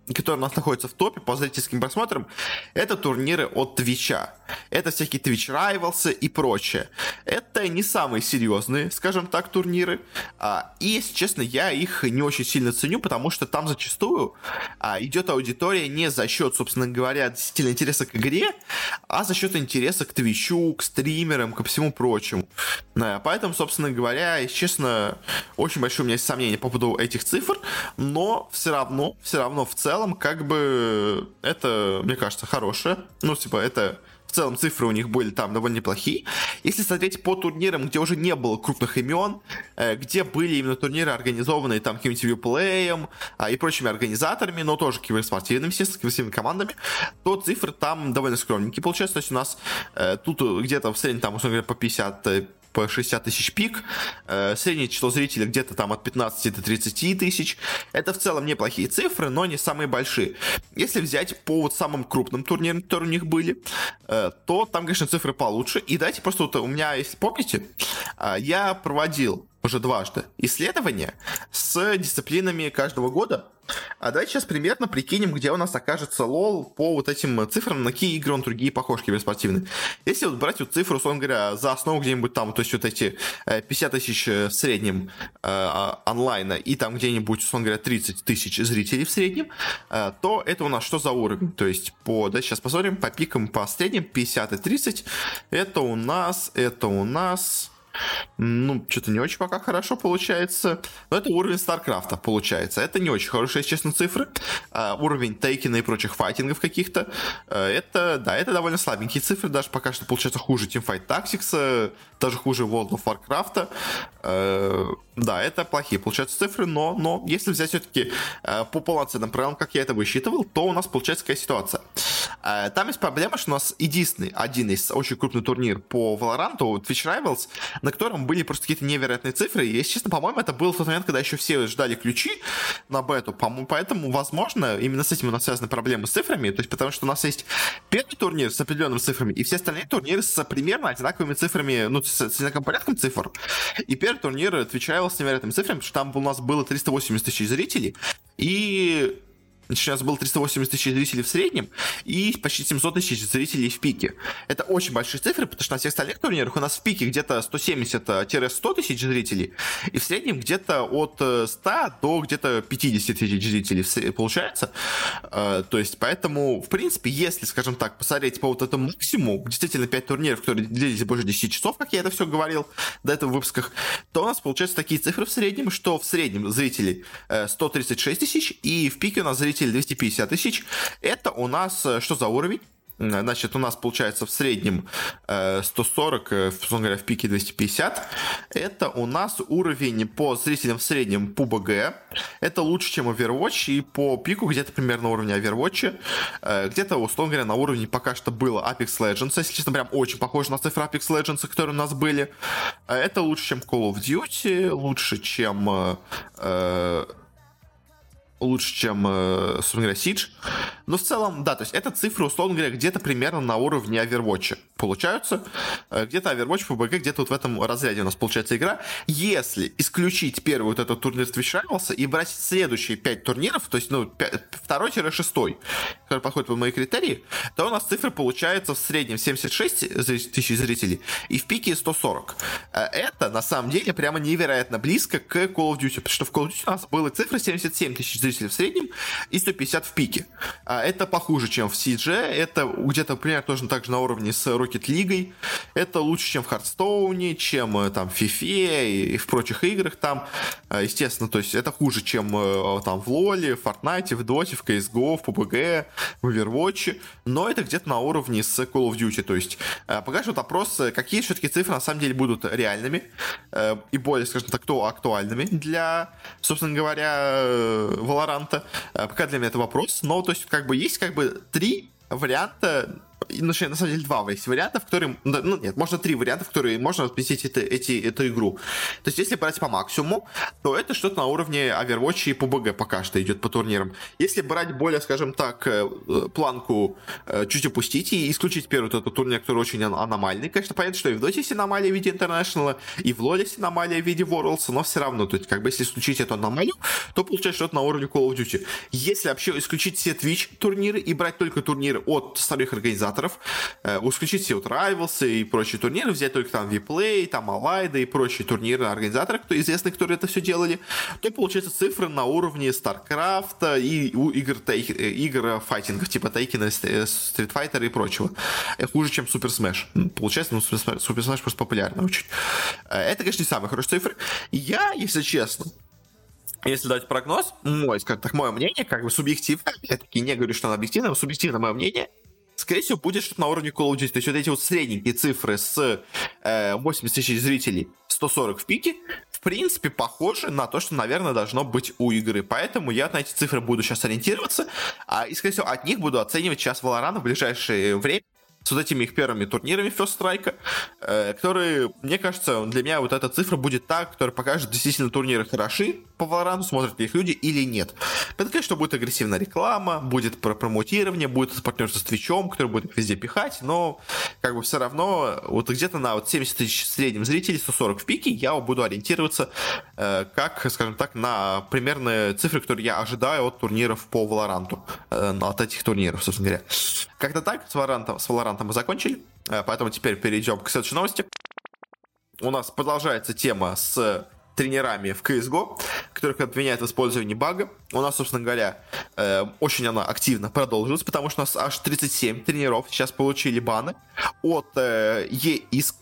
которые у нас находятся в топе по зрительским просмотрам, это турниры от Твича. Это всякие Twitch Rivals и прочее. Это не самые серьезные, скажем так, турниры. И, если честно, я их не очень сильно ценю, потому что там зачастую идет аудитория не за счет, собственно говоря, действительно интереса к игре, а за счет интереса к Твичу, к стримерам, ко всему прочему. Поэтому, собственно говоря, если честно, очень большое у меня есть сомнения по поводу этих цифр, но все равно в целом, как бы, это, мне кажется, хорошее. Ну, типа, это в целом цифры у них были там довольно неплохие. Если смотреть по турнирам, где уже не было крупных имен, где были именно турниры, организованные там каким-нибудь Вьюплеем и прочими организаторами, но тоже киберспортивными, естественно, киберспортивными командами, то цифры там довольно скромненькие получаются. То есть у нас тут где-то в среднем, там, условно говоря, по 60 тысяч пик, среднее число зрителей где-то там от 15 до 30 тысяч. Это в целом неплохие цифры, но не самые большие. Если взять по вот самым крупным турнирам, которые у них были, то там, конечно, цифры получше. И дайте просто вот у меня, если помните, я проводил уже дважды исследования с дисциплинами каждого года. Давайте сейчас примерно прикинем, где у нас окажется лол по вот этим цифрам, на какие игры он другие похож киберспортивные. Если вот брать вот цифру, условно говоря, за основу где-нибудь там, то есть вот эти 50 тысяч в среднем онлайна и там где-нибудь, условно говоря, 30 тысяч зрителей в среднем, то это у нас что за уровень? То есть давайте сейчас посмотрим по пикам, по средним 50 и 30. Это у нас... Ну, что-то не очень пока хорошо получается. Но это уровень Старкрафта получается. Это не очень хорошие, если честно, цифры. Уровень Тейкена и прочих файтингов каких-то. Это довольно слабенькие цифры. Даже пока что получается хуже Teamfight Tactics, даже хуже World of Warcraft. Да, это плохие получаются цифры, но если взять все-таки по полноценным правилам, как я это высчитывал, то у нас получается какая ситуация. Там есть проблема, что у нас единственный, один из очень крупный турнир по Valorant, Twitch Rivals, на котором были просто какие-то невероятные цифры. И, если честно, по-моему, это был в тот момент, когда еще все ждали ключи на бету. Поэтому, возможно, именно с этим у нас связаны проблемы с цифрами. То есть, потому что у нас есть первый турнир с определенными цифрами, и все остальные турниры с примерно одинаковыми цифрами, ну, с одинаковым порядком цифр. И первый турнир Twitch Rivals с невероятными цифрами, потому что там у нас было 380 тысяч зрителей, и... Сейчас было 380 тысяч зрителей в среднем и почти 700 тысяч зрителей в пике. Это очень большие цифры, потому что на всех остальных турнирах у нас в пике где-то 170-100 тысяч зрителей, и в среднем где-то от 100 до где-то 50 тысяч зрителей получается. То есть, поэтому, в принципе, если, скажем так, посмотреть по вот этому максимуму, действительно 5 турниров, которые длились больше 10 часов, как я это все говорил до этого в выпусках, то у нас получаются такие цифры в среднем, что в среднем зрителей 136 тысяч, и в пике у нас зрителей 250 тысяч. Это у нас что за уровень? Значит, у нас получается в среднем 140, условно говоря, в пике 250. Это у нас уровень по зрителям в среднем PUBG. Это лучше, чем Overwatch, и по пику где-то примерно уровня Overwatch. Где-то, условно говоря, на уровне пока что было Apex Legends. Если честно, прям очень похоже на цифры Apex Legends, которые у нас были. Это лучше, чем Call of Duty, лучше, чем собственно говоря, Siege. Но в целом, да, то есть это цифры, условно говоря, где-то примерно на уровне Overwatch получаются. Где-то Overwatch, PUBG, где-то вот в этом разряде у нас получается игра. Если исключить первый вот этот турнир Twitch Rivals и брать следующие 5 турниров, то есть, ну, 2-6, который подходит под мои критерии, то у нас цифры получаются в среднем 76 тысяч зрителей и в пике 140. Это, на самом деле, прямо невероятно близко к Call of Duty, потому что в Call of Duty у нас было цифры 77 тысяч зрителей в среднем и 150 в пике. Это похуже, чем в CG, это где-то примерно тоже так же на уровне с Rocket League, это лучше, чем в Hearthstone, чем там в FIFA и в прочих играх там, естественно, то есть это хуже, чем там в LoL, в Fortnite, в Dota, в CSGO, в PUBG, в Overwatch, но это где-то на уровне с Call of Duty, то есть пока что вот опрос, какие все-таки цифры на самом деле будут реальными и более, скажем так, актуальными для, собственно говоря, Valorant. Пока для меня это вопрос, но то есть как бы есть как бы 3 варианта на самом деле, два есть варианта, в которые... Ну, нет, можно три варианта, в которые можно разместить эту игру. То есть, если брать по максимуму, то это что-то на уровне Overwatch и PUBG пока что идет по турнирам. Если брать более, скажем так, планку чуть опустить и исключить первый этот турнир, который очень аномальный, конечно, понятно, что и в Dota есть аномалия в виде International, и в LoL есть аномалия в виде Worlds, но все равно, то есть, как бы, если исключить эту аномалию, то получается что-то на уровне Call of Duty. Если вообще исключить все Twitch турниры и брать только турниры от старых организаторов, исключить все вот Rivals и прочие турниры, взять только там Vplay, там Allied и прочие турниры организаторов, кто известны, которые это все делали, то получается цифры на уровне StarCraft и игр файтингов, типа Taken, Street Fighter и прочего. Хуже, чем Super Smash. Получается, Super Smash просто популярный очень. Это, конечно, не самые хорошие цифры. Я, если честно, если дать прогноз, скажем так, мое мнение, как бы субъективно, опять-таки не говорю, что оно объективно, но субъективно мое мнение, скорее всего, будет что-то на уровне Call of Duty. То есть вот эти вот средненькие цифры с 80 тысяч зрителей, 140 в пике, в принципе, похожи на то, что, наверное, должно быть у игры. Поэтому я на эти цифры буду сейчас ориентироваться, и, скорее всего, от них буду оценивать сейчас Valorant в ближайшее время, с вот этими их первыми турнирами First Strike, которые, мне кажется, для меня вот эта цифра будет та, которая покажет, действительно турниры хороши по Valorant, смотрят ли их люди или нет. Это, конечно, будет агрессивная реклама, будет промотирование, будет партнерство с Твичом, который будет их везде пихать, но как бы все равно вот где-то на вот 70 тысяч в среднем зрителей, 140 в пике, я буду ориентироваться как, скажем так, на примерные цифры, которые я ожидаю от турниров по Valorant, от этих турниров, собственно говоря. Как-то так, с Valorant мы закончили, поэтому теперь перейдем к следующей новости. У нас продолжается тема с тренерами в CSGO, которых обвиняют в использовании бага. У нас, собственно говоря, очень она активно продолжилась, потому что у нас аж 37 тренеров сейчас получили баны от EISC,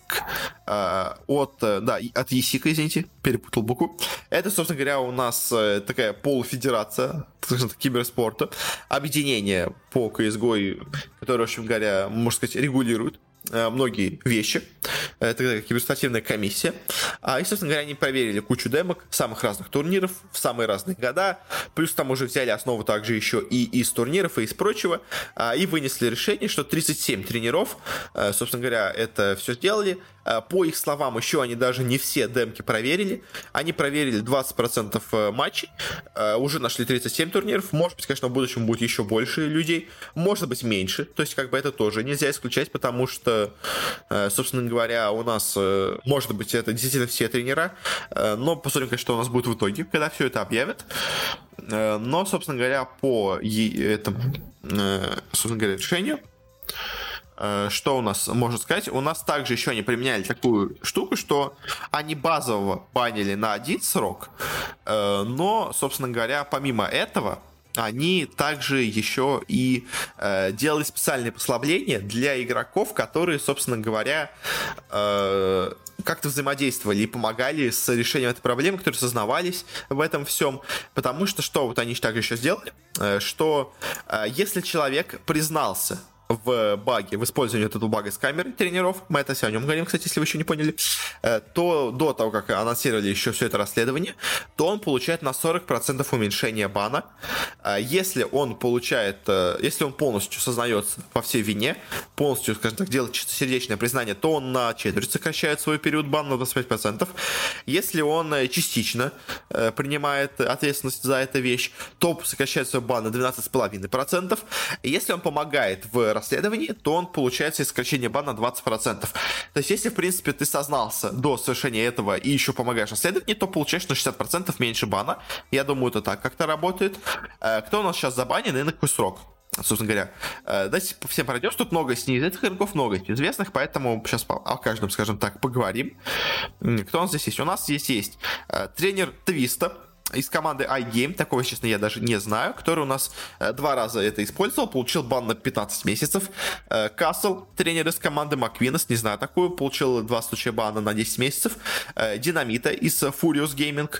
от ESIC, извините, перепутал букву. Это, собственно говоря, у нас такая полуфедерация, скажем так, киберспорта, объединение по CSGO, которое, в общем говоря, можно сказать, регулирует многие вещи. Это такая киберспортивная комиссия. И, собственно говоря, они проверили кучу демок самых разных турниров в самые разные года. Плюс там уже взяли основу также еще и из турниров, и из прочего. И вынесли решение, что 37 тренеров, собственно говоря, это все сделали. По их словам, еще они даже не все демки проверили. Они проверили 20% матчей. Уже нашли 37 турниров. Может быть, конечно, в будущем будет еще больше людей. Может быть, меньше. То есть, как бы это тоже нельзя исключать, потому что, собственно говоря, у нас, может быть, это действительно все тренера. Но посмотрим, конечно, что у нас будет в итоге, когда все это объявят. Но, собственно говоря, по этому, собственно говоря, решению, что у нас можно сказать? У нас также еще они применяли такую штуку, что они базово банили на один срок, но, собственно говоря, помимо этого, они также еще и делали специальные послабления для игроков, которые, собственно говоря, как-то взаимодействовали и помогали с решением этой проблемы, которые сознавались в этом всем. Потому что вот они также еще сделали, что если человек признался в баге, в использовании этого бага с камерой тренеров, мы это о нем говорим, кстати, если вы еще не поняли, то до того, как анонсировали еще все это расследование, то он получает на 40% уменьшение бана. Если он полностью сознается во всей вине, полностью, скажем так, делает чистосердечное признание, то он на четверть сокращает свой период бана на 25%. Если он частично принимает ответственность за эту вещь, то сокращает свой бан на 12,5%. Если он помогает в расследовании, то он получает сокращение бана на 20%. То есть, если, в принципе, ты сознался до совершения этого и еще помогаешь расследованию, то получаешь на 60% меньше бана. Я думаю, это так как-то работает. Кто у нас сейчас забанен и на какой срок? Собственно говоря, давайте по всем пройдем. Тут много неизвестных игроков, много известных, поэтому сейчас о каждом, скажем так, поговорим. Кто у нас здесь есть? У нас здесь есть тренер Твиста из команды iGame, такого, честно, я даже не знаю, который у нас 2 раза это использовал, получил бан на 15 месяцев. Касл, тренер из команды Маквинес, не знаю такую, получил 2 случая бана на 10 месяцев. Динамита из Furious Gaming,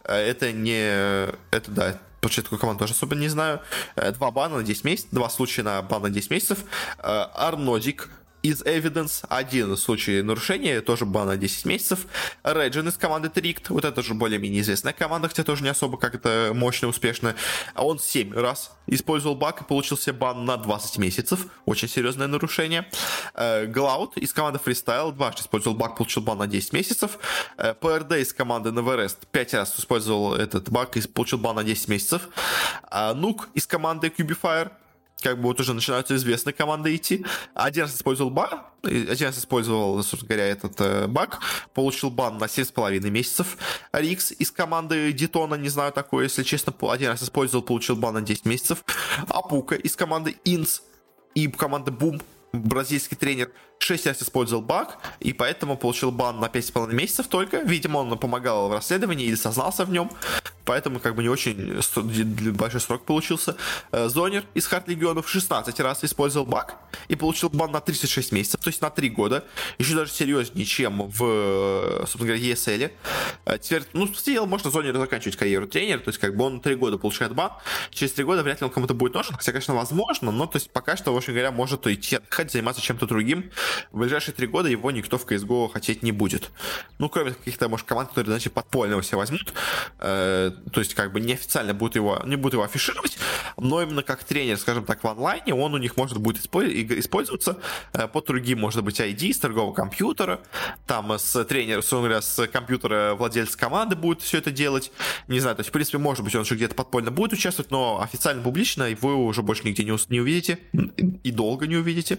получается, такую команду тоже особо не знаю. 2 бана на 10 месяцев, 2 случая на бан на 10 месяцев. Арнодик из Evidence, один случай нарушения, тоже бан на 10 месяцев. Реджин из команды Tricked, вот это же более-менее известная команда, хотя тоже не особо как-то мощная, успешная. А он 7 раз использовал баг и получил себе бан на 20 месяцев. Очень серьезное нарушение. Глауд из команды Freestyle дважды использовал баг, получил бан на 10 месяцев. PRD из команды Neverest 5 раз использовал этот баг и получил бан на 10 месяцев. Нук из команды Cubifier, как бы вот уже начинаются известные команды идти. Один раз использовал баг, один раз использовал, собственно говоря, этот баг, получил бан на 7,5 месяцев. Рикс из команды Детона, не знаю такое, если честно, один раз использовал, получил бан на 10 месяцев. Апука из команды Инс и команды Boom, бразильский тренер, 6 раз использовал баг, и поэтому получил бан на 5,5 месяцев только. Видимо, он помогал в расследовании или сознался в нем, поэтому как бы не очень большой срок получился. Зонер из Хард Легионов 16 раз использовал баг и получил бан на 36 месяцев, то есть на 3 года. Еще даже серьезнее, чем в, собственно говоря, ESL. Теперь, сделал, можно Зонеру заканчивать карьеру тренера, то есть как бы он 3 года получает бан, через 3 года вряд ли он кому-то будет нужен, хотя, конечно, возможно, но то есть пока что, в общем говоря, может идти отдыхать, заниматься чем-то другим. В ближайшие 3 года его никто в CSGO хотеть не будет. Кроме каких-то, может, команд, которые, значит, подпольного себя возьмут. То есть, как бы, неофициально не будут его афишировать, но именно как тренер, скажем так, в онлайне, он у них может будет использоваться под другим, может быть, ID с торгового компьютера, там с тренера, с компьютера владельца команды будет все это делать. Не знаю, то есть, в принципе, может быть, он еще где-то подпольно будет участвовать, но официально, публично вы уже больше нигде не увидите и долго не увидите.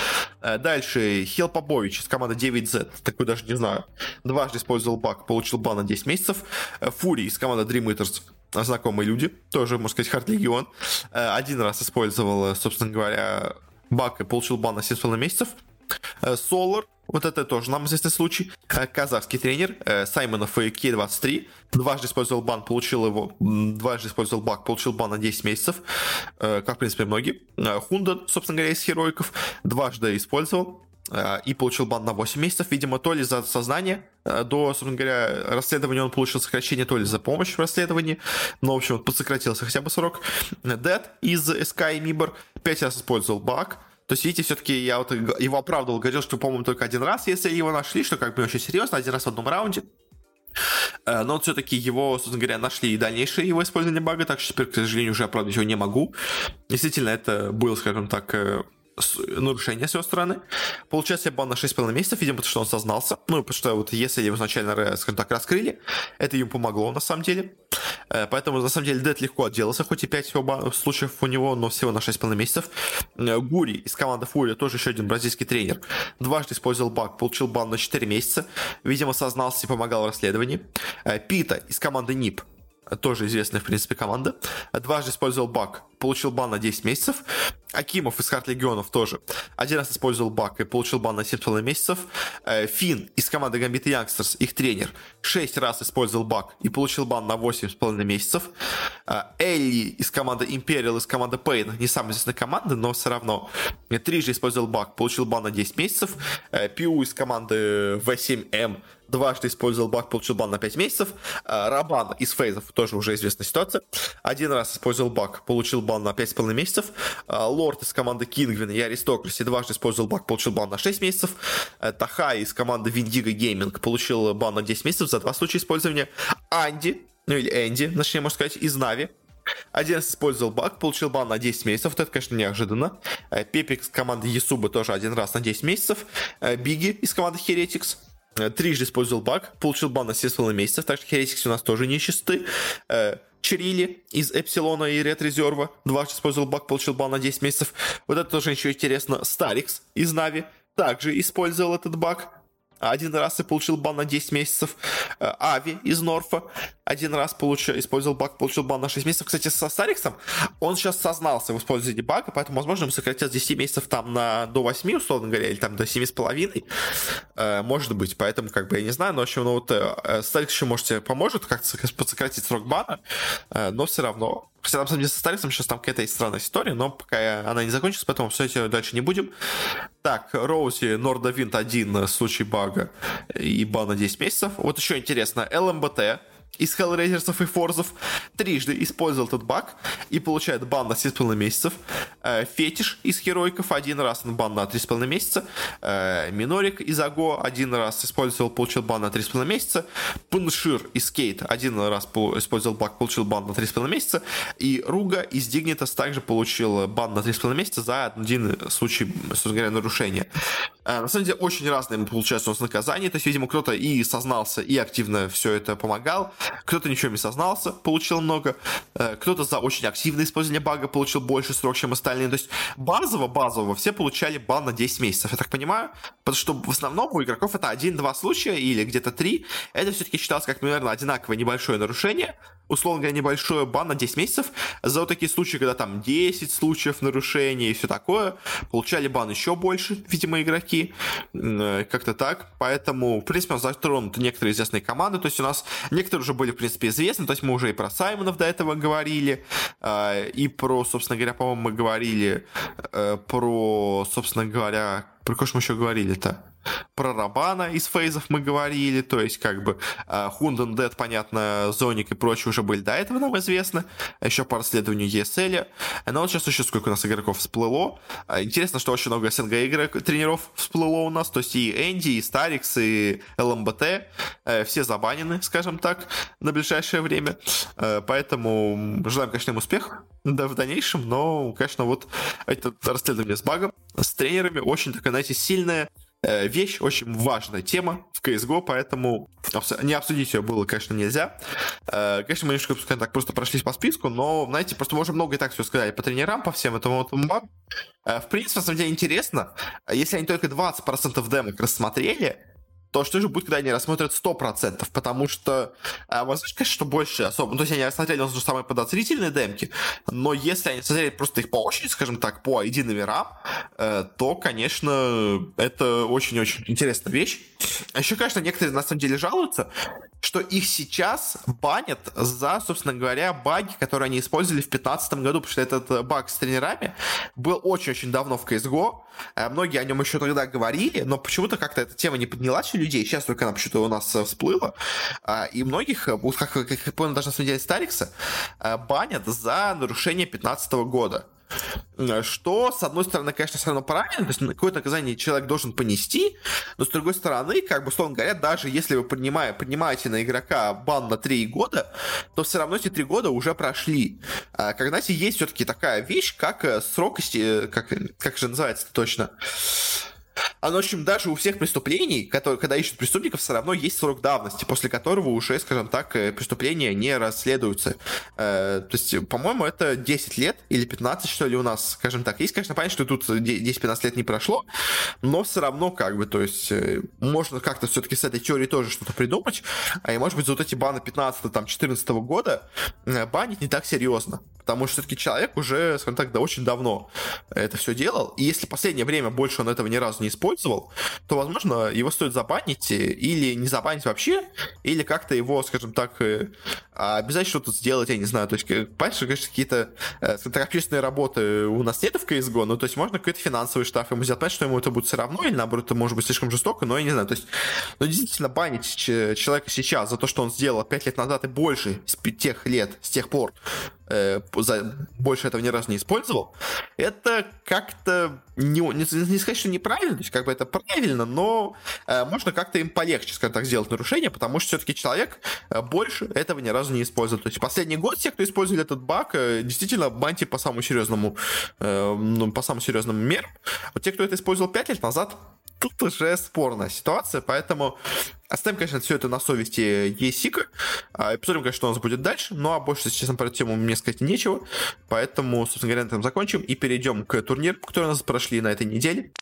Дальше Хел Побович из команды 9Z, такой даже не знаю, дважды использовал баг, получил бан на 10 месяцев. Фури из команды Dream Eaters, знакомые люди, тоже, можно сказать, Хард Легион, один раз использовал, собственно говоря, баг и получил бан на 7,5 месяцев. Solar, вот это тоже нам известный случай, казахский тренер Саймонов и K23, дважды использовал баг, получил баг, получил бан на 10 месяцев, как, в принципе, многие. Хундан, собственно говоря, из Хероиков, дважды использовал и получил бан на 8 месяцев, видимо, то ли за сознание до, собственно говоря, расследования он получил сокращение, то ли за помощь в расследовании, но, в общем, подсократился хотя бы срок. Dead из SK и Mibor 5 раз использовал баг. То есть, видите, все-таки я вот его оправдывал, говорил, что, по-моему, только один раз, если его нашли, что как бы очень серьезно, один раз в одном раунде. Но вот все-таки его, собственно говоря, нашли и дальнейшее его использование бага, так что теперь, к сожалению, уже оправдать его не могу. Действительно, это было, скажем так, нарушение с его стороны. Получается, я бан на 6,5 месяцев, видимо, потому что он сознался. Потому что вот если его изначально, скажем так, раскрыли, это ему помогло на самом деле. Поэтому, на самом деле, Дэд легко отделался, хоть и 5 случаев у него, но всего на 6,5 месяцев. Гури из команды Фурия, тоже еще один бразильский тренер, дважды использовал баг, получил бан на 4 месяца. Видимо, сознался и помогал в расследовании. Пита из команды НИП, тоже известная, в принципе, команда, дважды использовал баг, получил бан на 10 месяцев. Акимов из Хард Легионов тоже один раз использовал баг и получил бан на 7,5 месяцев. Финн из команды Gambit Youngsters, их тренер, 6 раз использовал баг и получил бан на 8,5 месяцев. Элли из команды Imperial, из команды Pain, не самая известная команда, но все равно, трижды использовал баг, получил бан на 10 месяцев. Пиу из команды V7M дважды использовал баг, получил бан на 5 месяцев. Рабан из Фейзов, тоже уже известная ситуация, один раз использовал баг, получил бан на 5,5 месяцев. Лорд из команды Kingwin и Аристокраси дважды использовал баг, получил бан на 6 месяцев. Тахай из команды Виндиго Гейминг получил бан на 10 месяцев за 2 случая использования. Анди, или Энди, точнее, можно сказать, из Нави, один раз использовал баг, получил бан на 10 месяцев. Вот это, конечно, неожиданно. Пепик из команды Ясуба тоже один раз на 10 месяцев. Биги из команды Heretics трижды использовал баг, получил бан на 7,5 месяцев. Так что Heretics у нас тоже нечисты. Чирили из Эпсилона и Ред Резерва дважды использовал баг, получил бан на 10 месяцев. Вот это тоже еще интересно. Старикс из Нави также использовал этот баг, один раз и получил бан на 10 месяцев. Ави из Норфа один раз использовал баг, получил бан на 6 месяцев. Кстати, со Стариксом он сейчас сознался в использовании бага, поэтому, возможно, ему сократят с 10 месяцев там до 8, условно говоря, или там до 7,5. Может быть, поэтому, как бы, я не знаю, но, в общем, Старикс еще, может, поможет как-то сократить срок бана, но все равно. Хотя, на самом деле, со Стариксом сейчас там какая-то есть странная история, но пока она не закончится, поэтому обсуждать ее дальше не будем. Так, Роузи, Нордовинт 1, случай бага и бан на 10 месяцев. Вот еще интересно, ЛМБТ из Hellraisers'ов и Форзов трижды использовал этот баг и получает бан на 7,5 месяцев. Фетиш из Херойков один раз на бан на 3,5 месяца. Минорик из Аго один раз использовал, получил бан на 3,5 месяца. Пуншир из Кейт один раз использовал баг, получил бан на 3,5 месяца. И Руга из Дигнитас также получил бан на 3,5 месяца за один случай, собственно говоря, нарушения. На самом деле, очень разные получается у нас наказания. То есть, видимо, кто-то и сознался, и активно все это помогал. Кто-то ничего не сознался, получил много. Кто-то за очень активное использование бага получил больше срок, чем остальные. То есть, базово все получали бан на 10 месяцев, я так понимаю. Потому что в основном у игроков это 1-2 случая или где-то 3. Это все-таки считалось как, наверное, одинаковое небольшое нарушение. Условно говоря, небольшой бан на 10 месяцев. За вот такие случаи, когда там 10 случаев нарушения и все такое, получали бан еще больше, видимо, игроки. Как-то так. Поэтому, в принципе, у нас затронуты некоторые известные команды. То есть у нас некоторые уже были, в принципе, известны. То есть мы уже и про Саймонов до этого говорили. И про, собственно говоря, по-моему, мы говорили про, собственно говоря, про кого же мы еще говорили-то? Про Рабана из фейзов мы говорили, то есть как бы Хунден, Дед, понятно, Зоник и прочие уже были до этого нам известны, еще по расследованию ESL, но вот сейчас еще сколько у нас игроков всплыло. Интересно, что очень много СНГ тренеров всплыло у нас, то есть и Энди, и Старикс, и ЛМБТ, все забанены, скажем так, на ближайшее время, поэтому желаем, конечно, им успех в дальнейшем, но, конечно, вот это расследование с багом, с тренерами очень такая, знаете, сильная вещь, очень важная тема в CSGO, поэтому не обсудить ее было, конечно, нельзя. Конечно, мы немножко, скажем так, просто прошлись по списку, но, знаете, просто мы уже много и так все сказали по тренерам, по всем этому багу. В принципе, на самом деле интересно, если они только 20% демок рассмотрели, то что же будет, когда они рассмотрят 100%? Потому что, возможно, конечно, что больше особо... То есть они рассмотрели у нас же самые подозрительные демки, но если они смотрели просто их по очереди, скажем так, по ID-номерам, то, конечно, это очень-очень интересная вещь. А еще, конечно, некоторые на самом деле жалуются, что их сейчас банят за, собственно говоря, баги, которые они использовали в 2015 году, потому что этот баг с тренерами был очень-очень давно в CSGO. Многие о нем еще тогда говорили, но почему-то как-то эта тема не поднялась у людей. Сейчас только она почему-то у нас всплыла. И многих, как я понял, даже на самом деле Старикса, банят за нарушение 2015 года. Что, с одной стороны, конечно, все равно правильно, то есть какое-то наказание человек должен понести, но, с другой стороны, как бы, условно говоря, даже если вы поднимаете на игрока бан на 3 года, то все равно эти 3 года уже прошли. Как, знаете, есть все-таки такая вещь, как срок, как же называется точно? В общем, даже у всех преступлений, когда ищут преступников, все равно есть срок давности, после которого уже, скажем так, преступления не расследуются. То есть, по-моему, это 10 лет или 15, что ли, у нас, скажем так. Есть, конечно, понятно, что тут 10-15 лет не прошло, но все равно, как бы, то есть, можно как-то все-таки с этой теорией тоже что-то придумать, и, может быть, за вот эти баны 15-14 года банить не так серьезно. Потому что все-таки человек уже, скажем так, да, очень давно это все делал. И если в последнее время больше он этого ни разу не использовал, то, возможно, его стоит забанить или не забанить вообще, или как-то его, скажем так, обязательно что-то сделать, я не знаю. То есть, понимаешь, конечно, какие-то общественные работы у нас нет в CSGO, но то есть можно какой-то финансовый штраф ему сделать, понятно, что ему это будет все равно, или наоборот, это может быть слишком жестоко, но я не знаю. То есть, ну, действительно, банить человека сейчас за то, что он сделал 5 лет назад и больше с тех лет, с тех пор, больше этого ни разу не использовал, это как-то не сказать, что неправильно, то есть как бы это правильно, но можно как-то им полегче, скажем так, сделать нарушение, потому что все-таки человек больше этого ни разу не использовал. То есть последний год те, кто использовали этот баг, действительно баньте по самому серьезному мерам. Вот те, кто это использовал 5 лет назад, тут уже спорная ситуация, поэтому оставим, конечно, все это на совести ESIC. Посмотрим, конечно, что у нас будет дальше. Ну, а больше, если честно, про эту тему мне сказать нечего. Поэтому, собственно говоря, на этом закончим и перейдем к турнирам, которые у нас прошли на этой неделе.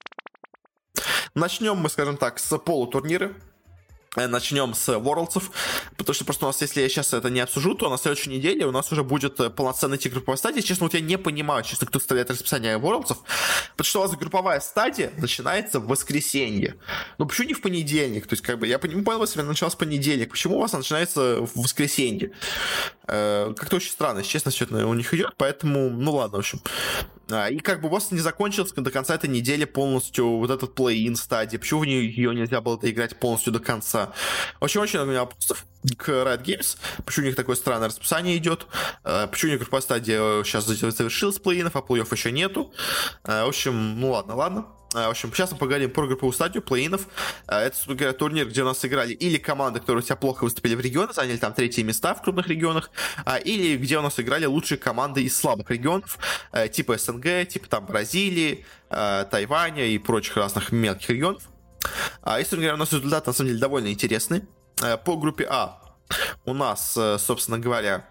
Начнем мы, скажем так, с полутурнира. Начнем с Worlds'ов, потому что просто у нас, если я сейчас это не обсужу, то на следующей неделе у нас уже будет полноценная групповая стадия. Честно, вот я не понимаю, честно, кто составляет расписание Worlds'ов, потому что у вас групповая стадия начинается в воскресенье. Ну, почему не в понедельник? То есть, как бы, я не понял, если она началась в понедельник, почему у вас она начинается в воскресенье? Как-то очень странно, если честно, все это у них идет, поэтому, ну ладно, в общем. И как бы у вас не закончился до конца этой недели полностью вот этот плей-ин стадия. Почему ее нельзя было доиграть полностью до конца? В общем, очень много у меня вопросов. к Riot Games. Почему у них такое странное расписание идет? Почему у них групповая стадия сейчас завершилась плей-инов, а плей-офф еще нету? В общем, ну ладно. В общем, сейчас мы поговорим про групповую стадию плей-инов. Это, собственно говоря, турнир, где у нас сыграли или команды, которые у тебя плохо выступили в регионах, заняли там третьи места в крупных регионах, или где у нас играли лучшие команды из слабых регионов, типа СНГ, типа там Бразилии, Тайваня и прочих разных мелких регионов. И, собственно говоря, у нас результаты, на самом деле, довольно интересные. По группе А у нас, собственно говоря,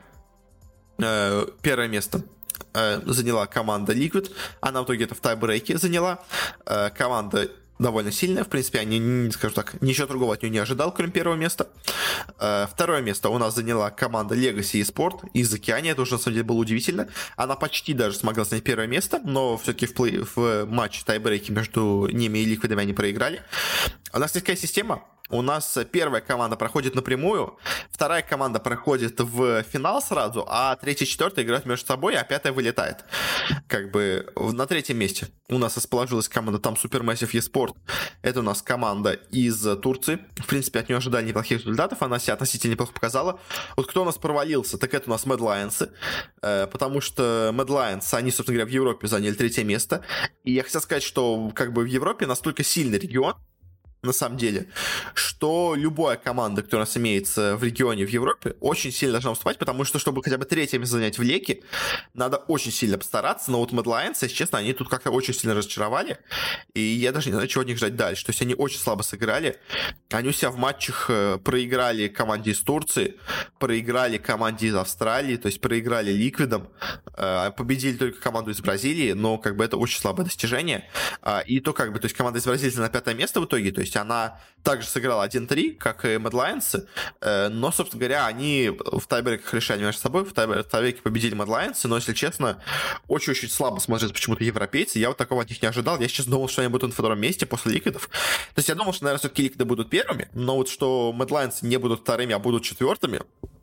первое место заняла команда Liquid. Она в итоге это в тайбрейке заняла. Команда довольно сильная. В принципе, я скажу так, ничего другого от нее не ожидал, кроме первого места. Второе место у нас заняла команда Legacy Esport из Океании. Это уже, на самом деле, было удивительно. Она почти даже смогла занять первое место, но все-таки в матче тайбрейке между ними и Liquid они проиграли. У нас такая система. У нас первая команда проходит напрямую, вторая команда проходит в финал сразу, а третья и четвертая играют между собой, а пятая вылетает. Как бы на третьем месте у нас расположилась команда там Supermassive eSport. Это у нас команда из Турции. В принципе, от нее ожидали неплохих результатов, она себя относительно неплохо показала. Вот кто у нас провалился, так это у нас Mad Lions, потому что Mad Lions, они, собственно говоря, в Европе заняли третье место. И я хотел сказать, что как бы в Европе настолько сильный регион, на самом деле, что любая команда, которая у нас имеется в регионе в Европе, очень сильно должна уступать, потому что, чтобы хотя бы третье место занять в Леке, надо очень сильно постараться, но вот Mad Lions, если честно, они тут как-то очень сильно разочаровали, и я даже не знаю, чего от них ждать дальше. То есть они очень слабо сыграли, они у себя в матчах проиграли команде из Турции, проиграли команде из Австралии, то есть проиграли Ликвидом, победили только команду из Бразилии, но как бы это очень слабое достижение, и то как бы, то есть команда из Бразилии на пятое место в итоге, то есть она также сыграла 1-3, как и Mad Lions, но, собственно говоря, они в тайбрейках решали между собой, в тайбрейке победили Mad Lions, но, если честно, очень-очень слабо смотрят почему-то европейцы, я вот такого от них не ожидал, я сейчас думал, что они будут на втором месте после Ликвидов, то есть я думал, что, наверное, все-таки Ликвиды будут первыми, но вот что Mad Lions не будут вторыми, а будут четвертыми,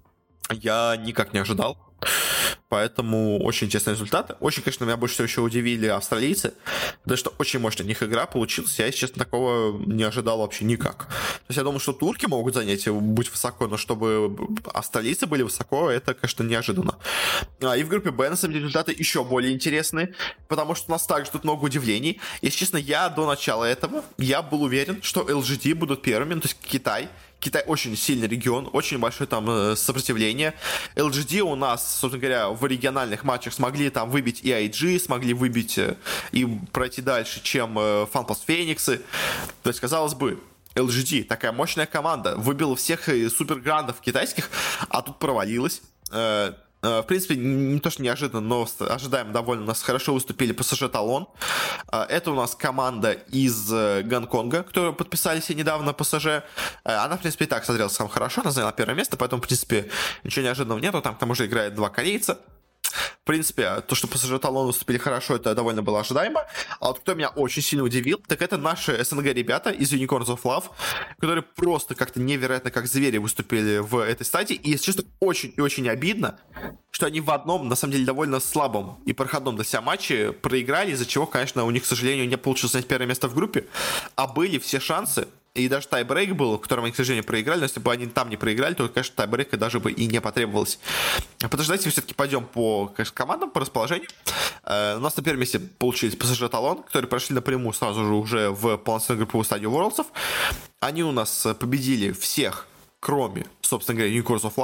я никак не ожидал. Поэтому очень интересный результат. Очень, конечно, меня больше всего еще удивили австралийцы, потому что очень мощная у них игра получилась. Я, если честно, такого не ожидал вообще никак. То есть я думал, что турки могут занять, быть высоко, но чтобы австралийцы были высоко, это, конечно, неожиданно. И в группе Б, на самом деле, результаты еще более интересные, потому что у нас также тут много удивлений. Если честно, я до начала этого, я был уверен, что LGD будут первыми, то есть Китай. Китай очень сильный регион, очень большое там сопротивление. LGD у нас, собственно говоря, в региональных матчах смогли там выбить и IG, смогли выбить и пройти дальше, чем FunPlus Фениксы. То есть, казалось бы, LGD, такая мощная команда, выбила всех суперграндов китайских, а тут провалилась. В принципе, не то, что неожиданно, но ожидаемо довольно. У нас хорошо выступили PSG Талон. Это у нас команда из Гонконга, которые подписали себе недавно PSG. Она, в принципе, и так смотрелась сам хорошо. Она заняла первое место, поэтому, в принципе, ничего неожиданного нету. Там к тому же играет два корейца. В принципе, то, что PSG Талон выступили хорошо, это довольно было ожидаемо. А вот кто меня очень сильно удивил, так это наши СНГ ребята из Unicorns of Love, которые просто как-то невероятно как звери выступили в этой стадии. И, если честно, очень и очень обидно, что они в одном, на самом деле, довольно слабом и проходном для себя матче проиграли, из-за чего, конечно, у них, к сожалению, не получилось занять первое место в группе, а были все шансы. И даже тайбрейк был, в котором они, к сожалению, проиграли. Но если бы они там не проиграли, то, конечно, тайбрейка даже бы и не потребовалось. Потому что давайте все-таки пойдем по, конечно, командам, по расположению. У нас на первом месте получились PSG Талон, которые прошли напрямую сразу же уже в полноценную групповую стадию Worlds'ов. Они у нас победили всех, кроме, собственно говоря, Unicorns of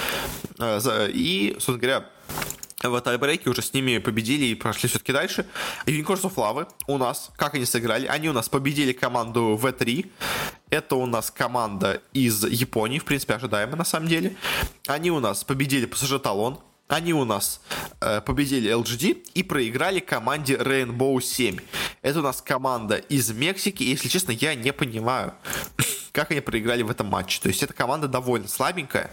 Love. И, собственно говоря, в тайбрейке уже с ними победили и прошли все-таки дальше. Unicorns of Love у нас, как они сыграли? Они у нас победили команду V3. Это у нас команда из Японии, в принципе, ожидаемо на самом деле. Они у нас победили PSG Talon. Они у нас победили LGD и проиграли команде Rainbow 7. Это у нас команда из Мексики. Если честно, я не понимаю, как они проиграли в этом матче. То есть эта команда довольно слабенькая.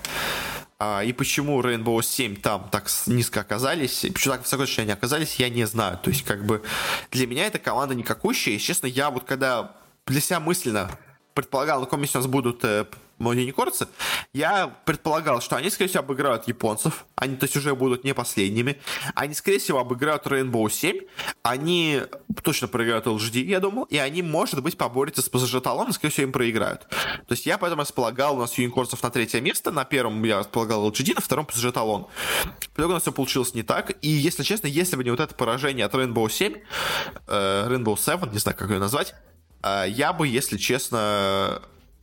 И почему Rainbow 7 там так низко оказались, и почему так высоко они оказались, я не знаю. То есть, как бы, для меня эта команда никакущая. И, честно, я вот когда для себя мысленно предполагал, на каком месте у нас будут юникорцы, я предполагал, что они, скорее всего, обыграют японцев, они, то есть, уже будут не последними, они, скорее всего, обыграют Rainbow 7, они точно проиграют LGD, я думал, и они, может быть, поборются с PSG Талоном, скорее всего, им проиграют. То есть я поэтому располагал у нас юникорцев на 3-е место, на первом я располагал LGD, на втором PSG Талон. В итоге у нас все получилось не так, и, если честно, если бы не вот это поражение от Rainbow 7, Rainbow 7, не знаю, как ее назвать, я бы, если честно...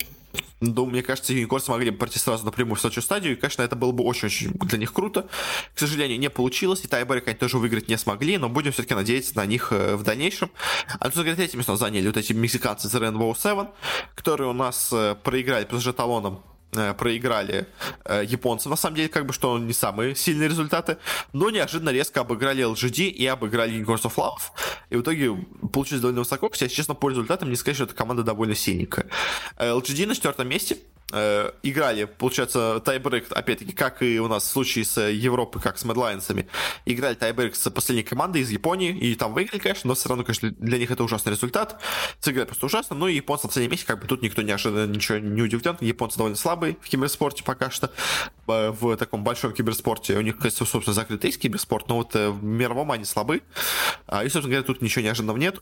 Ну, мне кажется, юникорсы могли бы пройти сразу напрямую в следующую стадию, и, конечно, это было бы очень-очень для них круто. К сожалению, не получилось, и тайбрейк они тоже выиграть не смогли, но будем все-таки надеяться на них в дальнейшем. А тут, говорят, третье место заняли вот эти мексиканцы из Rainbow 7, которые у нас проиграли PSG Талоном, проиграли японцам, на самом деле, как бы, что не самые сильные результаты, но неожиданно резко обыграли LGD и обыграли Unicorns of Love, и в итоге получилось довольно высоко, хотя, честно, по результатам не сказать, что эта команда довольно сильненькая. LGD на 4-м месте, играли, получается, тайбрейк, опять-таки, как и у нас в случае с Европой, как с Mad Lions'ами, играли тайбрейк с последней командой из Японии, и там выиграли, конечно, но все равно, конечно, для них это ужасный результат, сыграли просто ужасно, ну и японцы на последнем месте, как бы тут никто неожиданно ничего не удивлен, японцы довольно слабые в киберспорте пока что, в таком большом киберспорте, у них, конечно, собственно, закрытый есть киберспорт, но вот в мировом они слабы, и, собственно говоря, тут ничего неожиданного нет.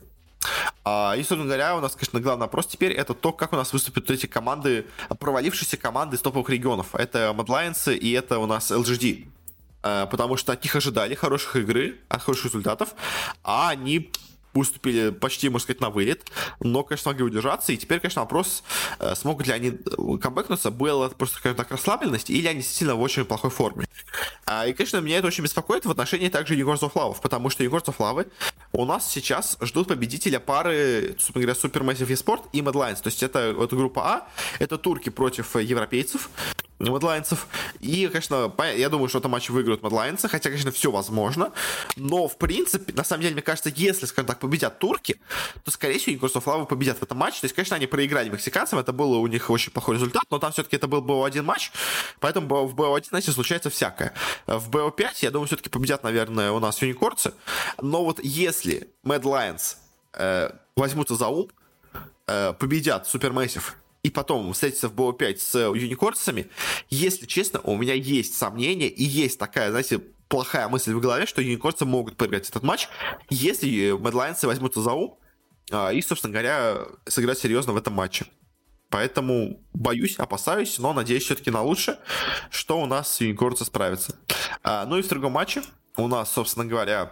И, собственно говоря, у нас, конечно, главный вопрос теперь это то, как у нас выступят эти команды, провалившиеся команды из топовых регионов. Это Mad Lions и это у нас LGD. Потому что от них ожидали хороших игры, от хороших результатов, а они выступили почти, можно сказать, на вылет, но, конечно, смогли удержаться, и теперь, конечно, вопрос, смогут ли они камбэкнуться, была это просто, скажем так, расслабленность, или они действительно в очень плохой форме. И, конечно, меня это очень беспокоит в отношении также Unicorns of Love, потому что Unicorns of Love у нас сейчас ждут победителя пары, собственно говоря, Supermassive eSport и Mad Lions, то есть это группа А, это турки против европейцев, Mad Lions'ов. И, конечно, я думаю, что этот матч выиграют Mad Lions, хотя, конечно, все возможно. Но, в принципе, на самом деле, мне кажется, если, скажем так, победят турки, то, скорее всего, Unicorns of Love победят в этом матче. То есть, конечно, они проиграли мексиканцам, это был у них очень плохой результат, но там все-таки это был BO1 матч, поэтому в BO1, знаете, случается всякое. В BO5, я думаю, все-таки победят, наверное, у нас юникорцы. Но вот если Mad Lions возьмутся за ум, победят Supermassive, и потом встретиться в BO5 с юникорсами, если честно, у меня есть сомнения и есть такая, знаете, плохая мысль в голове, что юникорсы могут проиграть этот матч, если Mad Lions возьмутся за ум и, собственно говоря, сыграть серьезно в этом матче. Поэтому боюсь, опасаюсь, но надеюсь все-таки на лучшее, что у нас юникорсы справятся. Ну и в другом матче у нас, собственно говоря,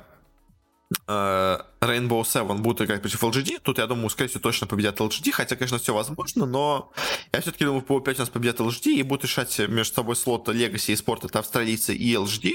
Rainbow 7 будут играть против LGD. Тут, я думаю, скорее всего, точно победят LGD. Хотя, конечно, все возможно, но я все-таки думаю, по 5 у нас победят LGD и будут решать между собой слот Legacy и Sport, это австралийцы и LGD.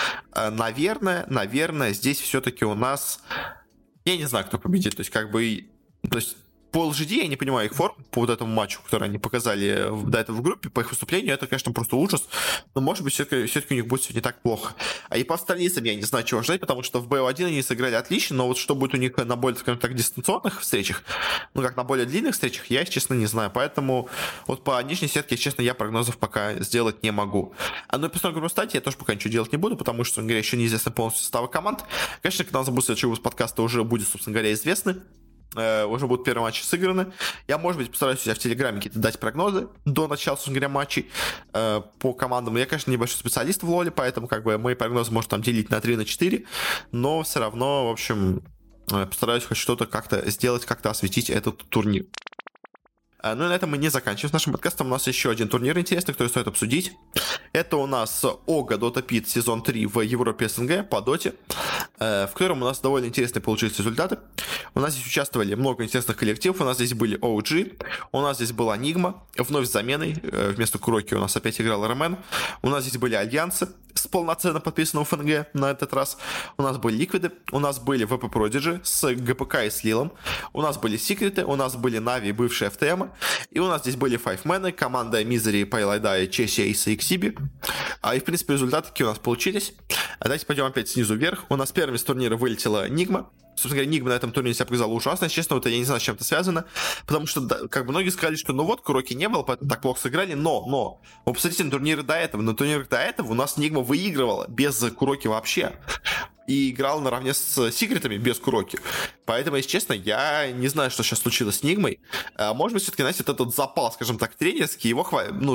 Наверное, здесь все-таки у нас... Я не знаю, кто победит. То есть, как бы... То есть, по LGD я не понимаю их форм по вот этому матчу, который они показали до этого в группе, по их выступлению, это, конечно, просто ужас, но, может быть, все-таки у них будет все не так плохо. И по австралийцам я не знаю, чего ждать, потому что в BO1 они сыграли отлично, но вот что будет у них на более, скажем так, дистанционных встречах, ну, как на более длинных встречах, я, если честно, не знаю, поэтому вот по нижней сетке, если честно, я прогнозов пока сделать не могу. Ну и по основной группе стадии я тоже пока ничего делать не буду, потому что, говоря, еще неизвестны полностью составы команд. Конечно, когда у нас будет следующий выпуск подкаста, уже будет, собственно говоря, известны. Уже будут первые матчи сыграны. Я, может быть, постараюсь у себя в Телеграме какие-то дать прогнозы до начала, собственно говоря, матчей по командам. Я, конечно, небольшой специалист в лоле, поэтому как бы мои прогнозы можно там делить на 3, на 4, но все равно, в общем, постараюсь хоть что-то как-то сделать, как-то осветить этот турнир. Ну и на этом мы не заканчиваем с нашим подкастом. У нас еще один турнир интересный, который стоит обсудить. Это у нас ОГА Dota Pit сезон 3 в Европе СНГ по доте, в котором у нас довольно интересные получились результаты. У нас здесь участвовали много интересных коллективов. У нас здесь были OG, у нас здесь была Nigma, вновь с заменой. Вместо Куроки у нас опять играл РМН. У нас здесь были Альянсы с полноценно подписанным ФНГ на этот раз. У нас были Ликвиды, у нас были VP Prodigy с ГПК и с Лилом. У нас были Секреты, у нас были Нави, бывшие FTM. И у нас здесь были Файфмены, команда Мизери, Пайлайда, Чеси, Эйса и Ксиби. И, в принципе, результаты такие у нас получились. Давайте пойдем опять снизу вверх. У нас первым из турнира вылетела Нигма. Собственно говоря, Нигма на этом турнире себя показала ужасно. Честно, вот я не знаю, с чем это связано. Потому что, как бы, многие сказали, что ну вот, Куроки не было, поэтому так плохо сыграли. Но, вы посмотрите на турниры до этого. На турнирах до этого у нас Нигма выигрывала без Куроки вообще. и играл наравне с секретами без Куроки. Поэтому, если честно, я не знаю, что сейчас случилось с Нигмой. Может быть, все-таки, знаете, этот запал, скажем так, тренерский, его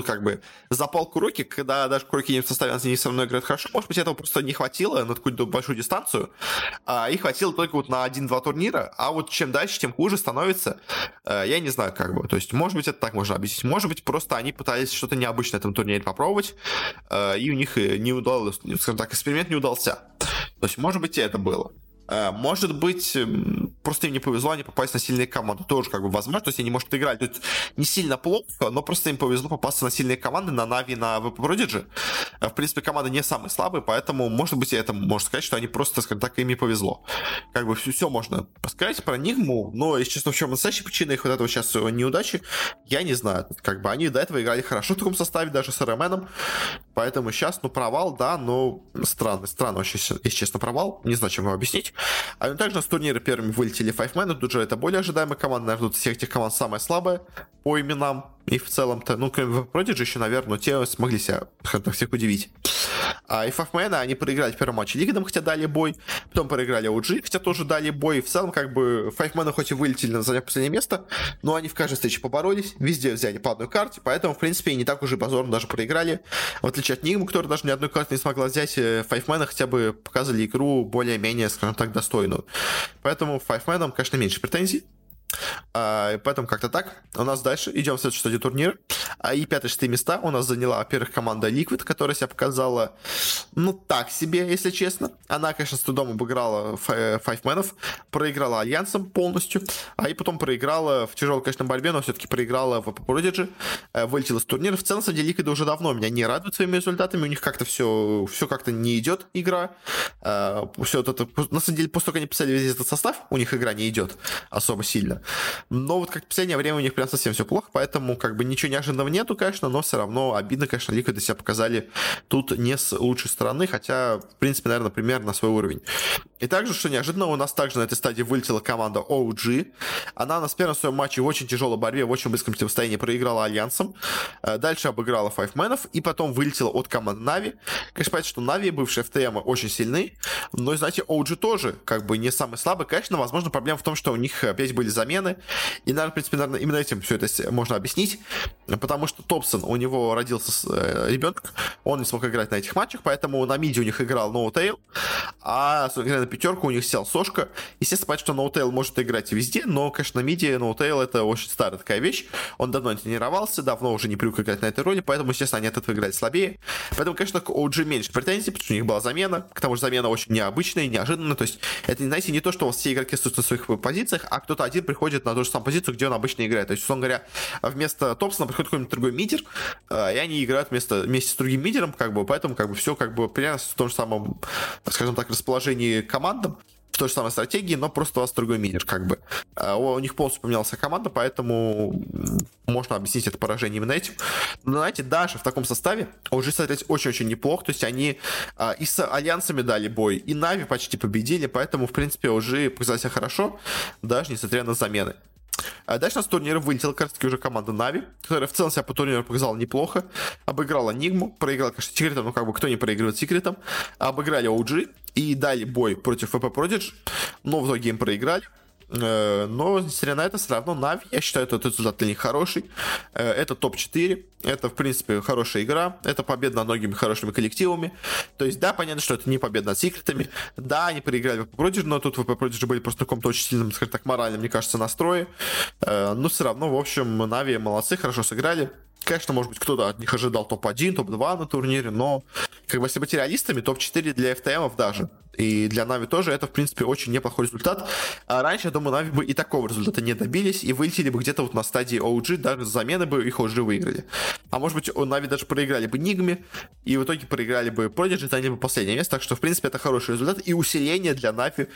запал Куроки, когда даже Куроки не в составе, они все равно играют хорошо. Может быть, этого просто не хватило на такую большую дистанцию. И хватило только вот на 1-2 турнира. А вот чем дальше, тем хуже становится. Я не знаю, То есть, может быть, это так можно объяснить. Может быть, просто они пытались что-то необычное на этом турнире попробовать, и у них не удалось, скажем так, эксперимент не удался. То есть, может быть, и это было. Может быть, просто им не повезло, они попасть на сильные команды. Тоже возможно. То есть они, может, играли тут не сильно плохо, но просто им повезло попасться на сильные команды, на Нави, на VP Prodigy. В принципе, команды не самые слабые, поэтому, может быть, это можно сказать, что они просто, скажем так, им не повезло. Все можно сказать про Нигму, но, если честно, в чем настоящая причина их вот этого сейчас неудачи, я не знаю. Они до этого играли хорошо в таком составе, даже с РМНом, поэтому сейчас, провал, да, но странный очень, если честно, провал. Не знаю, чем его объяснить. А также с турнира первыми вылетели Five Man, тут же это более ожидаемая команда, наверное, тут всех этих команд самая слабая по именам и в целом-то, кроме Prodigy еще, наверное, те смогли себя всех удивить. И Five Man, они проиграли в первом матче Ликвидом, хотя дали бой, потом проиграли OG, хотя тоже дали бой, в целом, Five Man хоть и вылетели на занять последнее место, но они в каждой встрече поборолись, везде взяли по одной карте, поэтому, в принципе, и не так уже позорно даже проиграли, в отличие от Нигмы, которая даже ни одной карты не смогла взять, Five Man хотя бы показали игру более-менее, скажем так, достойную. Поэтому Five Man, конечно, меньше претензий. Поэтому как-то так. У нас дальше идем в следующий стадию турнира. И 5-6 места у нас заняла, во-первых, команда Liquid, которая себя показала, так себе, если честно. Она, конечно, с трудом обыграла Five Man, проиграла Альянсом полностью, и потом проиграла в тяжелой, конечно, борьбе, но все-таки проиграла в Prodigy, вылетела с турнира. В целом, среди Liquid уже давно меня не радует своими результатами, у них как-то все как-то не идет игра. Все это, на самом деле, после того, как они писали весь этот состав, у них игра не идет особо сильно. Но вот как в последнее время у них прям совсем все плохо, поэтому ничего неожиданного нету, конечно, но все равно обидно, конечно, Liquid себя показали тут не с лучшей стороны, хотя, в принципе, наверное, примерно на свой уровень. И также, что неожиданно, у нас также на этой стадии вылетела команда OG. Она на первом своем матче в очень тяжелой борьбе, в очень близком противостоянии проиграла Альянсом, дальше обыграла Five Man и потом вылетела от команды Нави. Конечно, понятно, что Нави, бывшие FTM, очень сильны, но, знаете, OG тоже не самый слабый. Конечно, возможно, проблема в том, что у них опять были замены, и, наверное, в принципе, именно этим все это можно объяснить, потому что Топсон, у него родился ребенок, он не смог играть на этих матчах, поэтому на миде у них играл NoTail, а на пятерку у них сел Сошка. Естественно, понятно, что NoTail может играть везде, но, конечно, на миде NoTail это очень старая такая вещь, он давно не тренировался, давно уже не привык играть на этой роли, поэтому, естественно, они от этого играли слабее, поэтому, конечно, к OG меньше претензий, потому что у них была замена, к тому же замена очень необычная, неожиданная, то есть это, знаете, не то, что у вас все игроки остаются на своих позициях, а кто-то один приходит на ту же самую позицию, где он обычно играет. То есть, условно говоря, вместо Топсона приходит какой-нибудь другой мидер, и они играют вместе с другим мидером, поэтому все примерно в том же самом, скажем так, расположении командам, в той же самой стратегии, но просто у вас другой мидер, у них полностью поменялась команда, поэтому можно объяснить это поражение именно этим. Но, знаете, даже в таком составе уже смотреть очень-очень неплохо, то есть они и с Альянсами дали бой, и Нави почти победили, поэтому, в принципе, уже показали себя хорошо, даже несмотря на замены. Дальше у нас с турнира вылетела, как раз-таки, уже команда Нави, которая в целом себя по турниру показала неплохо. Обыграла Нигму, проиграла, конечно, Секретом, кто не проигрывает Секретом. Обыграли OG и дали бой против VP Prodigy, но в итоге им проиграли. Но, несмотря на это, все равно Нави, я считаю, этот результат для них хороший. Это топ-4, это, в принципе, хорошая игра, это победа над многими хорошими коллективами. То есть, да, понятно, что это не победа над Секретами, да, они проиграли VP Prodigy, но тут VP Prodigy были просто на каком-то очень сильном, скажем так, моральном, мне кажется, настрое. Но все равно, в общем, Нави молодцы, хорошо сыграли. Конечно, может быть, кто-то от них ожидал топ-1, топ-2 на турнире, но, если быть реалистами, топ-4 для FTM даже. И для Нави тоже это, в принципе, очень неплохой результат. А раньше, я думаю, Нави бы и такого результата не добились, и вылетели бы где-то на стадии OG, даже с замены бы их OG выиграли. А может быть, у Нави даже проиграли бы Нигме, и в итоге проиграли бы Prodigy, заняли бы последнее место. Так что, в принципе, это хороший результат и усиление для Нави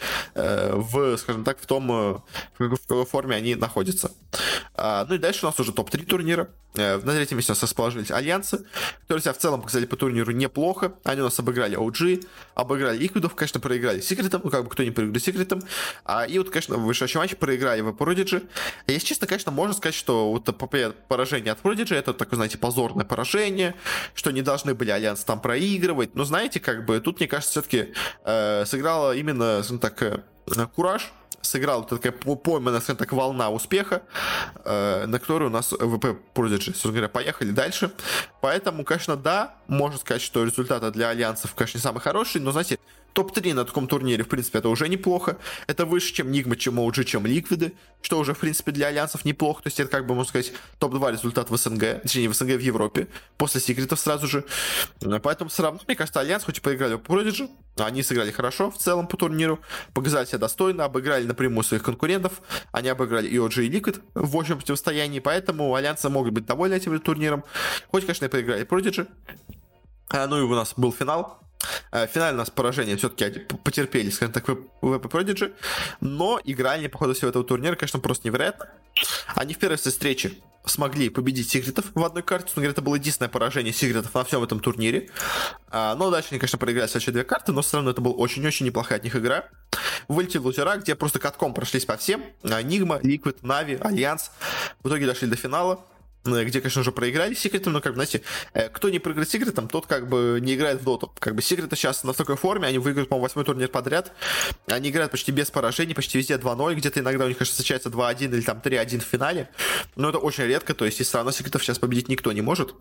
скажем так, в том, в какой форме они находятся. Ну и дальше у нас уже топ-3 турнира. На третьем месте у нас расположились Альянсы, которые себя в целом показали по турниру неплохо. Они у нас обыграли OG, обыграли Liquidов, конечно, конечно, проиграли Секретом, ну, как бы кто не проиграл Секретом. И вот, конечно, в вышедшем матче проиграли в Prodigy. Если честно, конечно, можно сказать, что вот поражение от Prodigy, это такое, знаете, позорное поражение, что не должны были Альянс там проигрывать. Но, знаете, как бы тут, мне кажется, все-таки сыграла именно, скажем так, кураж, сыграла такая пойманная, скажем так, волна успеха, на которую у нас ВП Prodigy, собственно говоря, поехали дальше. Поэтому, конечно, да, можно сказать, что результаты для альянсов, конечно, не самые хорошие, но, знаете, топ-3 на таком турнире, в принципе, это уже неплохо. Это выше, чем Нигма, чем OG, чем Ликвиды, что уже, в принципе, для альянсов неплохо. То есть это, как бы, можно сказать, топ-2 результат в СНГ, точнее, в СНГ, в Европе, после Секретов сразу же. Поэтому все равно, мне кажется, альянс, хоть и проиграли в Prodigy, они сыграли хорошо в целом по турниру, показали себя достойно, обыграли напрямую своих конкурентов, они обыграли и OG, и Liquid в общем противостоянии, поэтому альянсы могут быть довольны этим турниром. Хоть, конечно, и проиграли Prodigy. Ну и у нас был финал. В финале у нас поражение все-таки потерпели, скажем так, VP Prodigy, но играли по ходу всего этого турнира, конечно, просто невероятно. Они в первой встрече смогли победить Секретов в одной карте. Это было единственное поражение Секретов на всем этом турнире. Но дальше они, конечно, проиграли следующие 2 карты, но все равно это была очень-очень неплохая от них игра. Вылетели в лузера, где просто катком прошлись по всем. Нигма, Liquid, Нави, Альянс. В итоге дошли до финала, где, конечно, уже проиграли Секретом, но, как бы, знаете, кто не проиграет Секретом, тот, как бы, не играет в доту. Как бы Секреты сейчас в такой форме, они выиграют, по-моему, 8-й турнир подряд. Они играют почти без поражений, почти везде 2-0, где-то иногда у них, конечно, встречается 2-1 или там 3-1 в финале. Но это очень редко, то есть и все равно Секретов сейчас победить никто не может.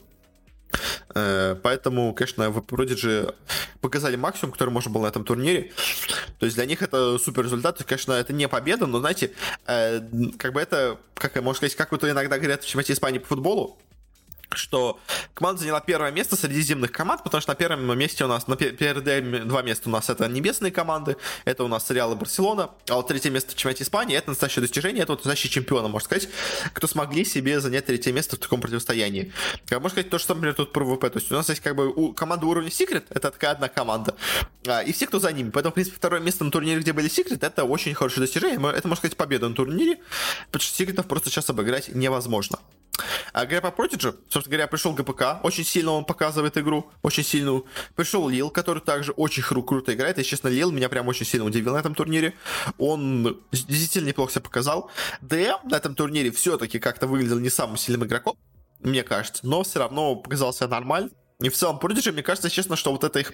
Поэтому, конечно, в Prodigy показали максимум, который можно было на этом турнире. То есть для них это супер результат. Конечно, это не победа, но, знаете, как бы это, как можно сказать, как вот иногда говорят в чемпионате Испании по футболу, что команда заняла первое место среди земных команд, потому что на первом месте у нас, на первые 2 места у нас это небесные команды, это у нас Реал и Барселона, а вот 3 место в чемпионате Испании это настоящее достижение, это вот настоящие чемпионы, можно сказать, кто смогли себе занять 3 место в таком противостоянии. Можно сказать, то же самое, например, тут про ВВП, то есть у нас есть как бы команда уровня Secret, это такая одна команда, и все, кто за ними, поэтому, в принципе, 2 место на турнире, где были Secret, это очень хорошее достижение, это, можно сказать, победа на турнире, потому что Секретов просто сейчас обыграть невозможно. Говоря по Prodigy, собственно говоря, пришел ГПК, очень сильно он показывает игру, очень сильную. Пришел Лил, который также очень круто играет. И, честно, Лил меня прям очень сильно удивил на этом турнире. Он действительно неплохо себя показал. ДМ на этом турнире все-таки как-то выглядел не самым сильным игроком, мне кажется, но все равно показался нормально. И в целом Prodigy, мне кажется, честно, что вот это их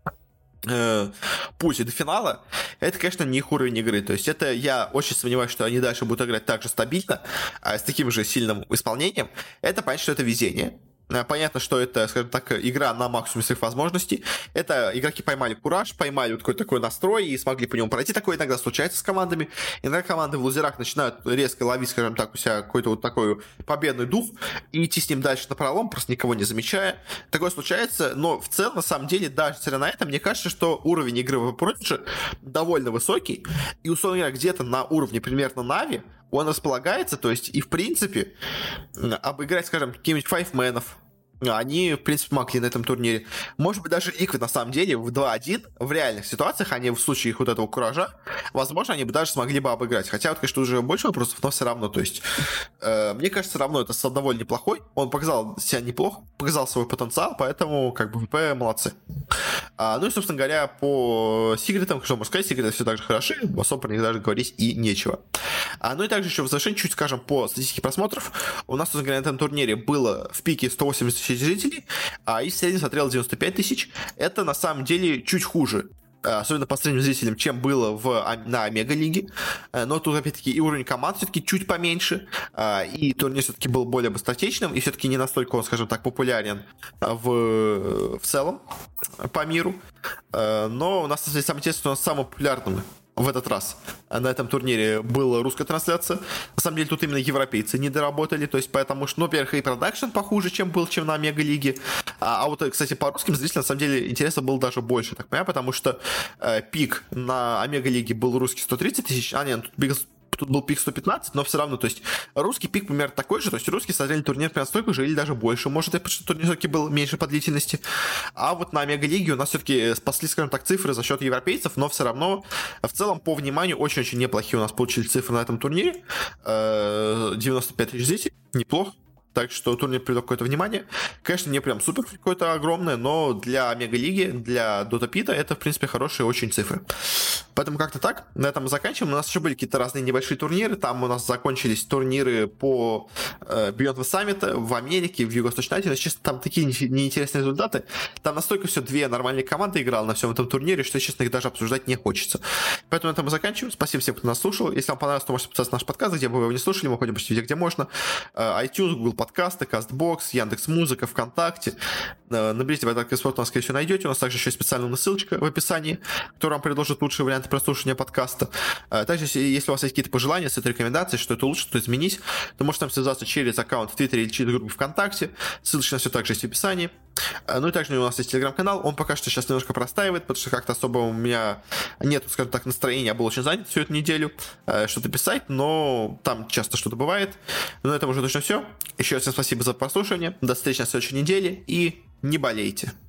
путь до финала, это, конечно, не их уровень игры. То есть это я очень сомневаюсь, что они дальше будут играть так же стабильно, с таким же сильным исполнением. Это понятно, что это везение. Понятно, что это, скажем так, игра на максимуме своих возможностей. Это игроки поймали кураж, поймали вот какой-то такой настрой и смогли по нему пройти. Такое иногда случается с командами. Иногда команды в лузерах начинают резко ловить, скажем так, у себя какой-то вот такой победный дух и идти с ним дальше на пролом, просто никого не замечая. Такое случается, но в целом, на самом деле, даже несмотря на это, мне кажется, что уровень игры в Prodigy довольно высокий. И, условно говоря, где-то на уровне примерно Нави он располагается, то есть и в принципе обыграть, скажем, каких-нибудь файвменов они, в принципе, могли на этом турнире. Может быть, даже Liquid, на самом деле, в 2-1, в реальных ситуациях, они в случае их вот этого куража, возможно, они бы даже смогли бы обыграть. Хотя, вот, конечно, уже больше вопросов, но все равно, то есть, мне кажется, все равно это довольно неплохой. Он показал себя неплохо, показал свой потенциал, поэтому, как бы, ВП молодцы. Ну и, собственно говоря, по Секретам, что можно сказать, Секреты все так же хороши, особо про них даже говорить и нечего. Ну и также еще в завершении чуть скажем по статистике просмотров. У нас, собственно говоря, на этом турнире было в пике 180 тысяч зрителей, и в среднем смотрело 95 тысяч. Это на самом деле чуть хуже, особенно по средним зрителям, чем было на Омега-лиге. Но тут, опять-таки, и уровень команд все-таки чуть поменьше, и турнир все-таки был более быстротечным, и все-таки не настолько он, скажем так, популярен в целом по миру. Но у нас, самое интересное, у нас самым популярным в этот раз на этом турнире была русская трансляция. На самом деле тут именно европейцы не доработали, то есть потому что, ну, во-первых, и продакшн похуже, чем на Омега-лиге. А вот, кстати, по русским зрителям, на самом деле, интереса было даже больше, так понимаю, потому что пик на Омега-лиге был русский 130 тысяч, нет, тут был пик 115, но все равно, то есть русский пик примерно такой же, то есть русские смотрели турнир прям столько же или даже больше, может, потому что турнир все-таки был меньше по длительности. А вот на Омега-лиге у нас все-таки спасли, скажем так, цифры за счет европейцев, но все равно в целом по вниманию очень-очень неплохие у нас получили цифры на этом турнире. 95 тысяч зрителей, неплохо. Так что турнир привлек какое-то внимание. Конечно, не прям супер какое-то огромное, но для Мега-лиги, для Dota Pit это, в принципе, хорошие очень цифры. Поэтому как-то так. На этом мы заканчиваем. У нас еще были какие-то разные небольшие турниры. Там у нас закончились турниры по Beyond the Summit в Америке, в Юго-Восточной Азии. Но, честно, там такие неинтересные результаты. Там настолько все две нормальные команды играли на всем этом турнире, что, честно, их даже обсуждать не хочется. Поэтому на этом мы заканчиваем. Спасибо всем, кто нас слушал. Если вам понравилось, то можете подписаться на наш подкаст, где бы вы его не слушали. Мы ходим почти везде, где можно. iTunes, Google подкасты, CastBox, Яндекс.Музыка, ВКонтакте. Наберите Барада Киберспорт, у нас, скорее всего, найдете. У нас также еще есть специальная ссылочка в описании, которая вам предложит лучшие варианты прослушивания подкаста. Также, если у вас есть какие-то пожелания, рекомендации, что это лучше, что изменить, то можете с нами связаться через аккаунт в Твиттере или через группу ВКонтакте. Ссылочка на все также есть в описании. Ну и также у нас есть телеграм-канал. Он пока что сейчас немножко простаивает, потому что как-то особо у меня нет, скажем так, настроения. Я был очень занят всю эту неделю что-то писать, но там часто что-то бывает. Но на этом уже точно все. Еще раз всем спасибо за прослушивание. До встречи на следующей неделе и не болейте.